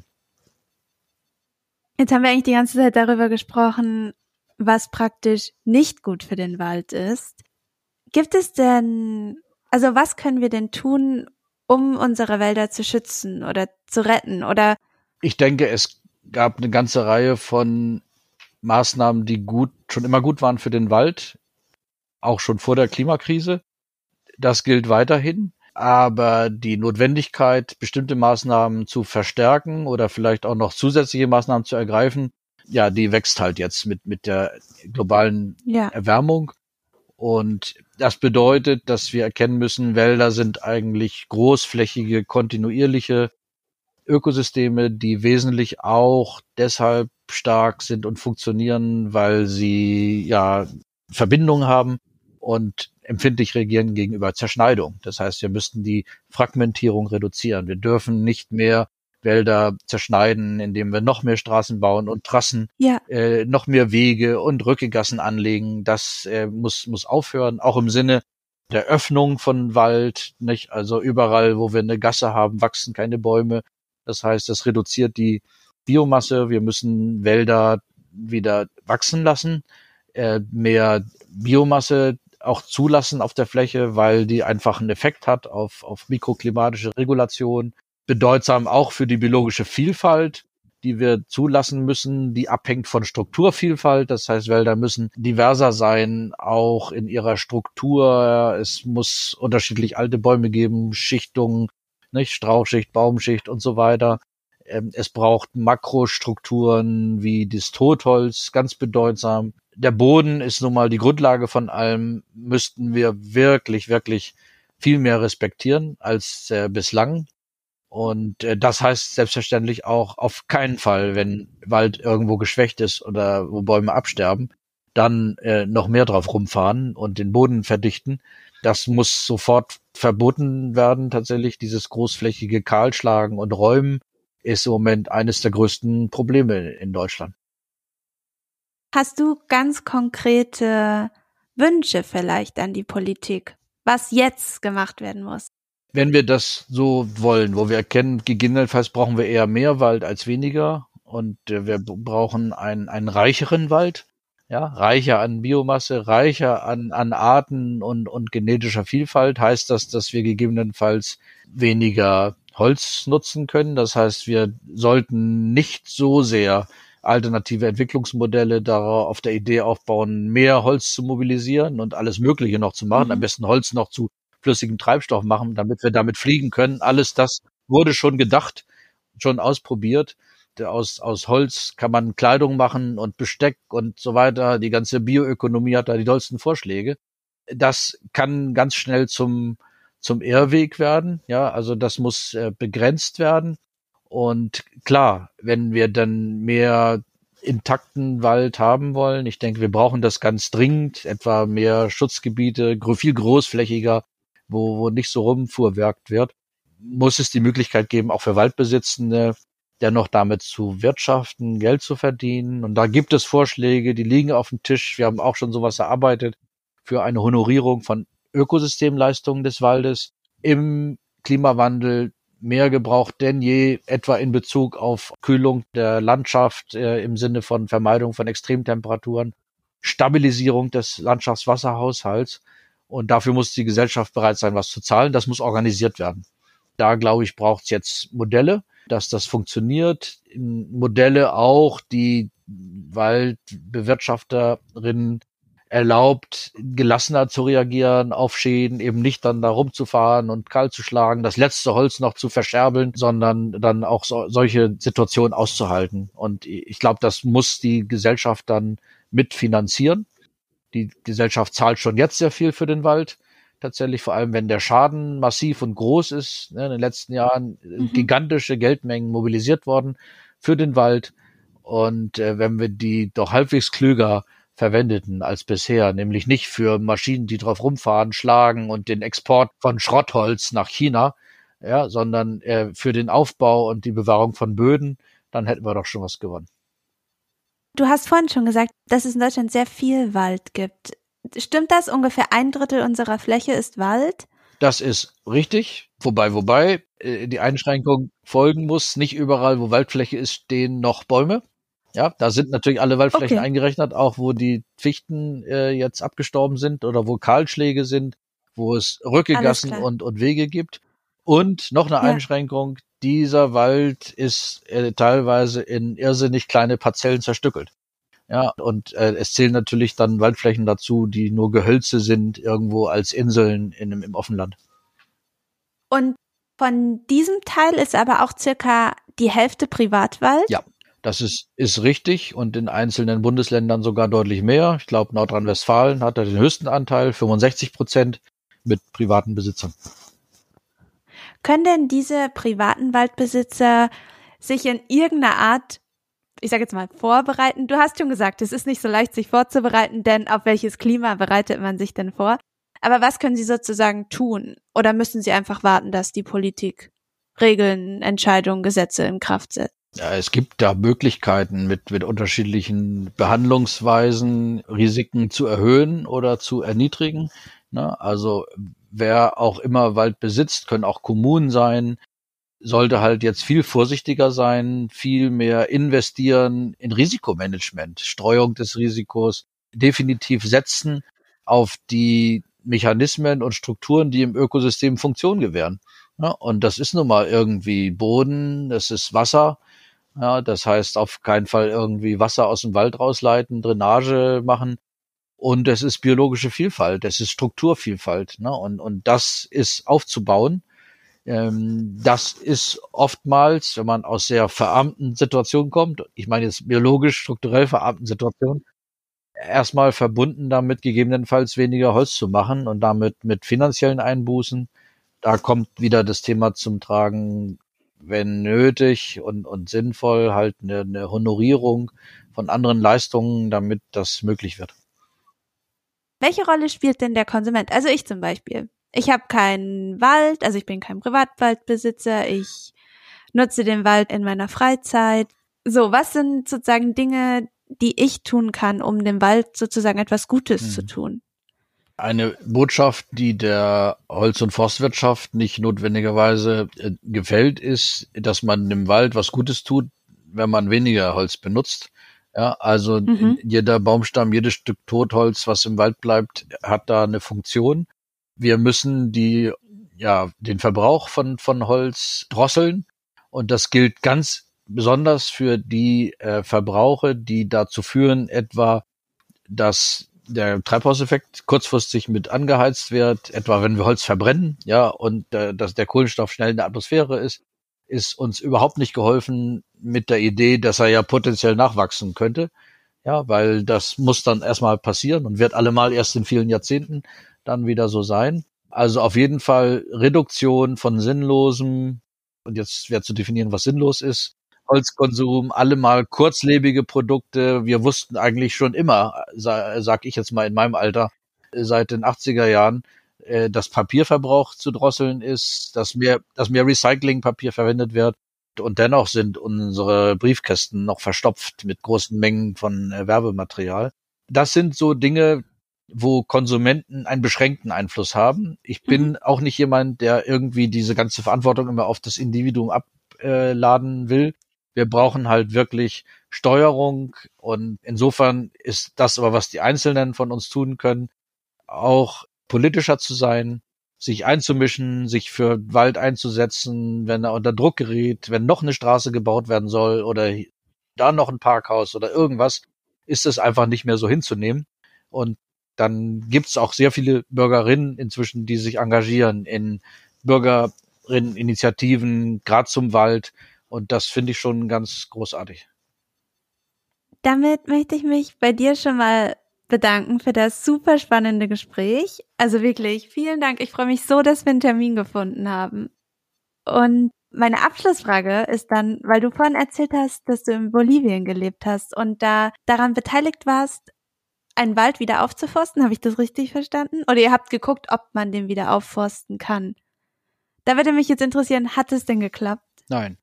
Jetzt haben wir eigentlich die ganze Zeit darüber gesprochen, was praktisch nicht gut für den Wald ist. Gibt es denn, also was können wir denn tun, um unsere Wälder zu schützen oder zu retten? Oder ich denke, es gab eine ganze Reihe von Maßnahmen, die schon immer gut waren für den Wald, auch schon vor der Klimakrise. Das gilt weiterhin. Aber die Notwendigkeit, bestimmte Maßnahmen zu verstärken oder vielleicht auch noch zusätzliche Maßnahmen zu ergreifen, ja, die wächst halt jetzt mit der globalen Erwärmung. Und das bedeutet, dass wir erkennen müssen, Wälder sind eigentlich großflächige, kontinuierliche Ökosysteme, die wesentlich auch deshalb stark sind und funktionieren, weil sie ja Verbindungen haben und empfindlich reagieren gegenüber Zerschneidung. Das heißt, wir müssten die Fragmentierung reduzieren. Wir dürfen nicht mehr Wälder zerschneiden, indem wir noch mehr Straßen bauen und Trassen, noch mehr Wege und Rückegassen anlegen. Das muss aufhören, auch im Sinne der Öffnung von Wald, nicht? Also überall, wo wir eine Gasse haben, wachsen keine Bäume. Das heißt, das reduziert die Biomasse. Wir müssen Wälder wieder wachsen lassen, mehr Biomasse auch zulassen auf der Fläche, weil die einfach einen Effekt hat auf mikroklimatische Regulation. Bedeutsam auch für die biologische Vielfalt, die wir zulassen müssen, die abhängt von Strukturvielfalt. Das heißt, Wälder müssen diverser sein, auch in ihrer Struktur. Es muss unterschiedlich alte Bäume geben, Schichtungen, nicht? Strauchschicht, Baumschicht und so weiter. Es braucht Makrostrukturen wie das Totholz, ganz bedeutsam. Der Boden ist nun mal die Grundlage von allem, müssten wir wirklich, wirklich viel mehr respektieren als bislang. Und das heißt selbstverständlich auch auf keinen Fall, wenn Wald irgendwo geschwächt ist oder wo Bäume absterben, dann noch mehr drauf rumfahren und den Boden verdichten. Das muss sofort verboten werden. Tatsächlich dieses großflächige Kahlschlagen und Räumen ist im Moment eines der größten Probleme in Deutschland. Hast du ganz konkrete Wünsche vielleicht an die Politik, was jetzt gemacht werden muss? Wenn wir das so wollen, wo wir erkennen, gegebenenfalls brauchen wir eher mehr Wald als weniger und wir brauchen einen reicheren Wald, ja, reicher an Biomasse, reicher an Arten und genetischer Vielfalt, heißt das, dass wir gegebenenfalls weniger Holz nutzen können. Das heißt, wir sollten nicht so sehr alternative Entwicklungsmodelle darauf auf der Idee aufbauen, mehr Holz zu mobilisieren und alles Mögliche noch zu machen, am besten Holz noch zu flüssigem Treibstoff machen, damit wir damit fliegen können. Alles das wurde schon gedacht, schon ausprobiert. Aus Holz kann man Kleidung machen und Besteck und so weiter. Die ganze Bioökonomie hat da die tollsten Vorschläge. Das kann ganz schnell zum Irrweg werden. Ja, also das muss begrenzt werden. Und klar, wenn wir dann mehr intakten Wald haben wollen, ich denke, wir brauchen das ganz dringend, etwa mehr Schutzgebiete, viel großflächiger, wo nicht so rumfuhrwerkt wird, muss es die Möglichkeit geben, auch für Waldbesitzende dennoch damit zu wirtschaften, Geld zu verdienen. Und da gibt es Vorschläge, die liegen auf dem Tisch. Wir haben auch schon sowas erarbeitet für eine Honorierung von Ökosystemleistungen des Waldes. Im Klimawandel mehr gebraucht denn je, etwa in Bezug auf Kühlung der Landschaft im Sinne von Vermeidung von Extremtemperaturen, Stabilisierung des Landschaftswasserhaushalts. Und dafür muss die Gesellschaft bereit sein, was zu zahlen. Das muss organisiert werden. Da, glaube ich, braucht es jetzt Modelle, dass das funktioniert. Modelle auch, die Waldbewirtschafterinnen erlaubt, gelassener zu reagieren auf Schäden, eben nicht dann da rumzufahren und kalt zu schlagen, das letzte Holz noch zu verscherbeln, sondern dann auch solche Situationen auszuhalten. Und ich glaube, das muss die Gesellschaft dann mitfinanzieren. Die Gesellschaft zahlt schon jetzt sehr viel für den Wald. Tatsächlich, vor allem wenn der Schaden massiv und groß ist. In den letzten Jahren gigantische Geldmengen mobilisiert worden für den Wald. Und wenn wir die doch halbwegs klüger verwendeten als bisher, nämlich nicht für Maschinen, die drauf rumfahren, schlagen und den Export von Schrottholz nach China, ja, sondern für den Aufbau und die Bewahrung von Böden, dann hätten wir doch schon was gewonnen. Du hast vorhin schon gesagt, dass es in Deutschland sehr viel Wald gibt. Stimmt das? Ungefähr 1/3 unserer Fläche ist Wald? Das ist richtig. Wobei die Einschränkung folgen muss. Nicht überall, wo Waldfläche ist, stehen noch Bäume. Ja, da sind natürlich alle Waldflächen eingerechnet, auch wo die Fichten jetzt abgestorben sind oder wo Kahlschläge sind, wo es Rückegassen und Wege gibt. Und noch eine Einschränkung, dieser Wald ist teilweise in irrsinnig kleine Parzellen zerstückelt. Ja, und es zählen natürlich dann Waldflächen dazu, die nur Gehölze sind, irgendwo als Inseln im Offenland. Und von diesem Teil ist aber auch circa die Hälfte Privatwald? Ja, das ist richtig und in einzelnen Bundesländern sogar deutlich mehr. Ich glaube, Nordrhein-Westfalen hat da den höchsten Anteil, 65% mit privaten Besitzern. Können denn diese privaten Waldbesitzer sich in irgendeiner Art, ich sage jetzt mal, vorbereiten? Du hast schon gesagt, es ist nicht so leicht, sich vorzubereiten, denn auf welches Klima bereitet man sich denn vor? Aber was können sie sozusagen tun? Oder müssen sie einfach warten, dass die Politik Regeln, Entscheidungen, Gesetze in Kraft setzt? Ja, es gibt da Möglichkeiten mit unterschiedlichen Behandlungsweisen, Risiken zu erhöhen oder zu erniedrigen. Ne? Also wer auch immer Wald besitzt, können auch Kommunen sein, sollte halt jetzt viel vorsichtiger sein, viel mehr investieren in Risikomanagement, Streuung des Risikos, definitiv setzen auf die Mechanismen und Strukturen, die im Ökosystem Funktion gewähren. Ja, und das ist nun mal irgendwie Boden, das ist Wasser. Ja, das heißt auf keinen Fall irgendwie Wasser aus dem Wald rausleiten, Drainage machen. Und es ist biologische Vielfalt, es ist Strukturvielfalt. Ne? Und das ist aufzubauen. Das ist oftmals, wenn man aus sehr verarmten Situationen kommt, ich meine jetzt biologisch, strukturell verarmten Situationen, erstmal verbunden damit, gegebenenfalls weniger Holz zu machen und damit mit finanziellen Einbußen. Da kommt wieder das Thema zum Tragen, wenn nötig und sinnvoll, halt eine Honorierung von anderen Leistungen, damit das möglich wird. Welche Rolle spielt denn der Konsument? Also ich zum Beispiel. Ich habe keinen Wald, also ich bin kein Privatwaldbesitzer, ich nutze den Wald in meiner Freizeit. So, was sind sozusagen Dinge, die ich tun kann, um dem Wald sozusagen etwas Gutes zu tun? Eine Botschaft, die der Holz- und Forstwirtschaft nicht notwendigerweise gefällt, ist, dass man dem Wald was Gutes tut, wenn man weniger Holz benutzt. Ja, also jeder Baumstamm, jedes Stück Totholz, was im Wald bleibt, hat da eine Funktion. Wir müssen den Verbrauch von Holz drosseln. Und das gilt ganz besonders für die Verbrauche, die dazu führen, etwa, dass der Treibhauseffekt kurzfristig mit angeheizt wird, etwa wenn wir Holz verbrennen, ja, und dass der Kohlenstoff schnell in der Atmosphäre ist uns überhaupt nicht geholfen mit der Idee, dass er ja potenziell nachwachsen könnte, ja, weil das muss dann erstmal passieren und wird allemal erst in vielen Jahrzehnten dann wieder so sein. Also auf jeden Fall Reduktion von sinnlosem, und jetzt wäre zu definieren, was sinnlos ist, Holzkonsum, allemal kurzlebige Produkte. Wir wussten eigentlich schon immer, sag ich jetzt mal in meinem Alter, seit den 80er Jahren, dass Papierverbrauch zu drosseln ist, dass mehr Recyclingpapier verwendet wird. Und dennoch sind unsere Briefkästen noch verstopft mit großen Mengen von Werbematerial. Das sind so Dinge, wo Konsumenten einen beschränkten Einfluss haben. Ich bin auch nicht jemand, der irgendwie diese ganze Verantwortung immer auf das Individuum abladen will. Wir brauchen halt wirklich Steuerung, und insofern ist das aber, was die Einzelnen von uns tun können, auch politischer zu sein, sich einzumischen, sich für Wald einzusetzen, wenn er unter Druck gerät, wenn noch eine Straße gebaut werden soll oder da noch ein Parkhaus oder irgendwas, ist es einfach nicht mehr so hinzunehmen. Und dann gibt's auch sehr viele Bürgerinnen inzwischen, die sich engagieren in Bürgerinneninitiativen, gerade zum Wald. Und das finde ich schon ganz großartig. Damit möchte ich mich bei dir schon mal bedanken für das super spannende Gespräch. Also wirklich, vielen Dank. Ich freue mich so, dass wir einen Termin gefunden haben. Und meine Abschlussfrage ist dann, weil du vorhin erzählt hast, dass du in Bolivien gelebt hast und da daran beteiligt warst, einen Wald wieder aufzuforsten. Habe ich das richtig verstanden? Oder ihr habt geguckt, ob man den wieder aufforsten kann. Da würde mich jetzt interessieren, hat es denn geklappt? Nein.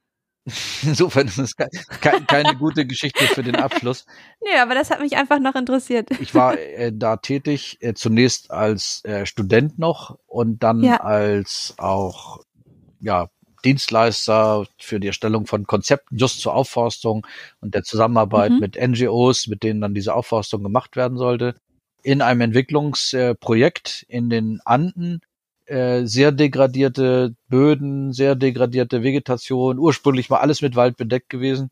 Insofern ist es keine gute Geschichte für den Abschluss. Nee, aber das hat mich einfach noch interessiert. Ich war da tätig, zunächst als Student noch und dann als auch Dienstleister für die Erstellung von Konzepten just zur Aufforstung und der Zusammenarbeit mit NGOs, mit denen dann diese Aufforstung gemacht werden sollte. In einem Entwicklungsprojekt in den Anden, sehr degradierte Böden, sehr degradierte Vegetation, ursprünglich war alles mit Wald bedeckt gewesen.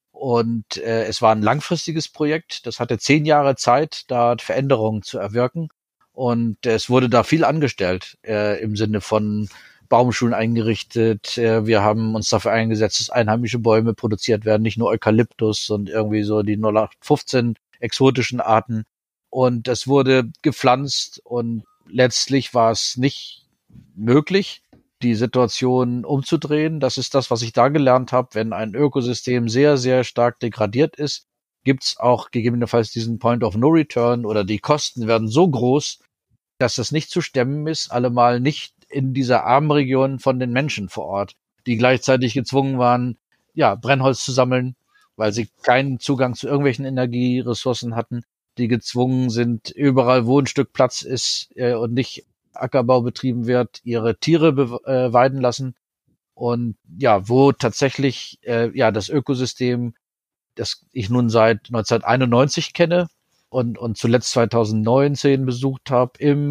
Und es war ein langfristiges Projekt. Das hatte 10 Jahre Zeit, da Veränderungen zu erwirken. Und es wurde da viel angestellt, im Sinne von Baumschulen eingerichtet. Wir haben uns dafür eingesetzt, dass einheimische Bäume produziert werden, nicht nur Eukalyptus und irgendwie so die 0815 exotischen Arten. Und es wurde gepflanzt und letztlich war es nicht möglich, die Situation umzudrehen. Das ist das, was ich da gelernt habe. Wenn ein Ökosystem sehr, sehr stark degradiert ist, gibt's auch gegebenenfalls diesen Point of No Return oder die Kosten werden so groß, dass das nicht zu stemmen ist, allemal nicht in dieser armen Region von den Menschen vor Ort, die gleichzeitig gezwungen waren, Brennholz zu sammeln, weil sie keinen Zugang zu irgendwelchen Energieressourcen hatten, die gezwungen sind, überall wo ein Stück Platz ist und nicht Ackerbau betrieben wird, ihre Tiere weiden lassen und wo tatsächlich das Ökosystem, das ich nun seit 1991 kenne und zuletzt 2019 besucht habe,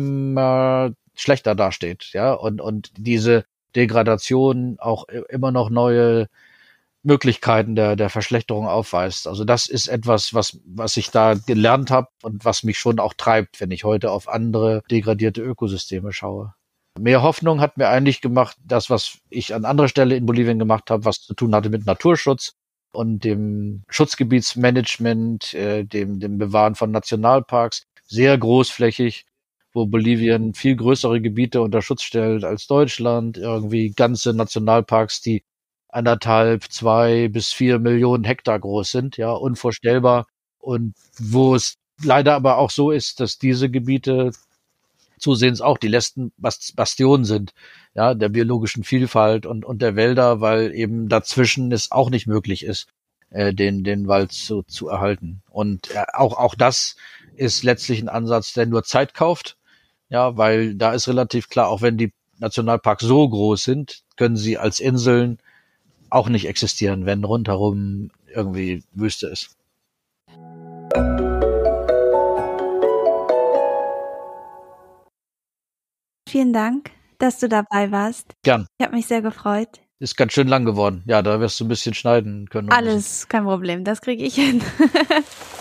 immer schlechter dasteht, und diese Degradation auch immer noch neue Möglichkeiten der Verschlechterung aufweist. Also das ist etwas, was ich da gelernt habe und was mich schon auch treibt, wenn ich heute auf andere degradierte Ökosysteme schaue. Mehr Hoffnung hat mir eigentlich gemacht, das, was ich an anderer Stelle in Bolivien gemacht habe, was zu tun hatte mit Naturschutz und dem Schutzgebietsmanagement, dem Bewahren von Nationalparks, sehr großflächig, wo Bolivien viel größere Gebiete unter Schutz stellt als Deutschland, irgendwie ganze Nationalparks, die 1,5, 2 bis 4 Millionen Hektar groß sind, unvorstellbar. Und wo es leider aber auch so ist, dass diese Gebiete zusehends auch die letzten Bastionen sind, der biologischen Vielfalt und der Wälder, weil eben dazwischen es auch nicht möglich ist, den Wald zu erhalten. Und auch das ist letztlich ein Ansatz, der nur Zeit kauft, weil da ist relativ klar, auch wenn die Nationalparks so groß sind, können sie als Inseln auch nicht existieren, wenn rundherum irgendwie Wüste ist. Vielen Dank, dass du dabei warst. Gern. Ich habe mich sehr gefreut. Ist ganz schön lang geworden. Ja, da wirst du ein bisschen schneiden können. Alles kein Problem, das kriege ich hin.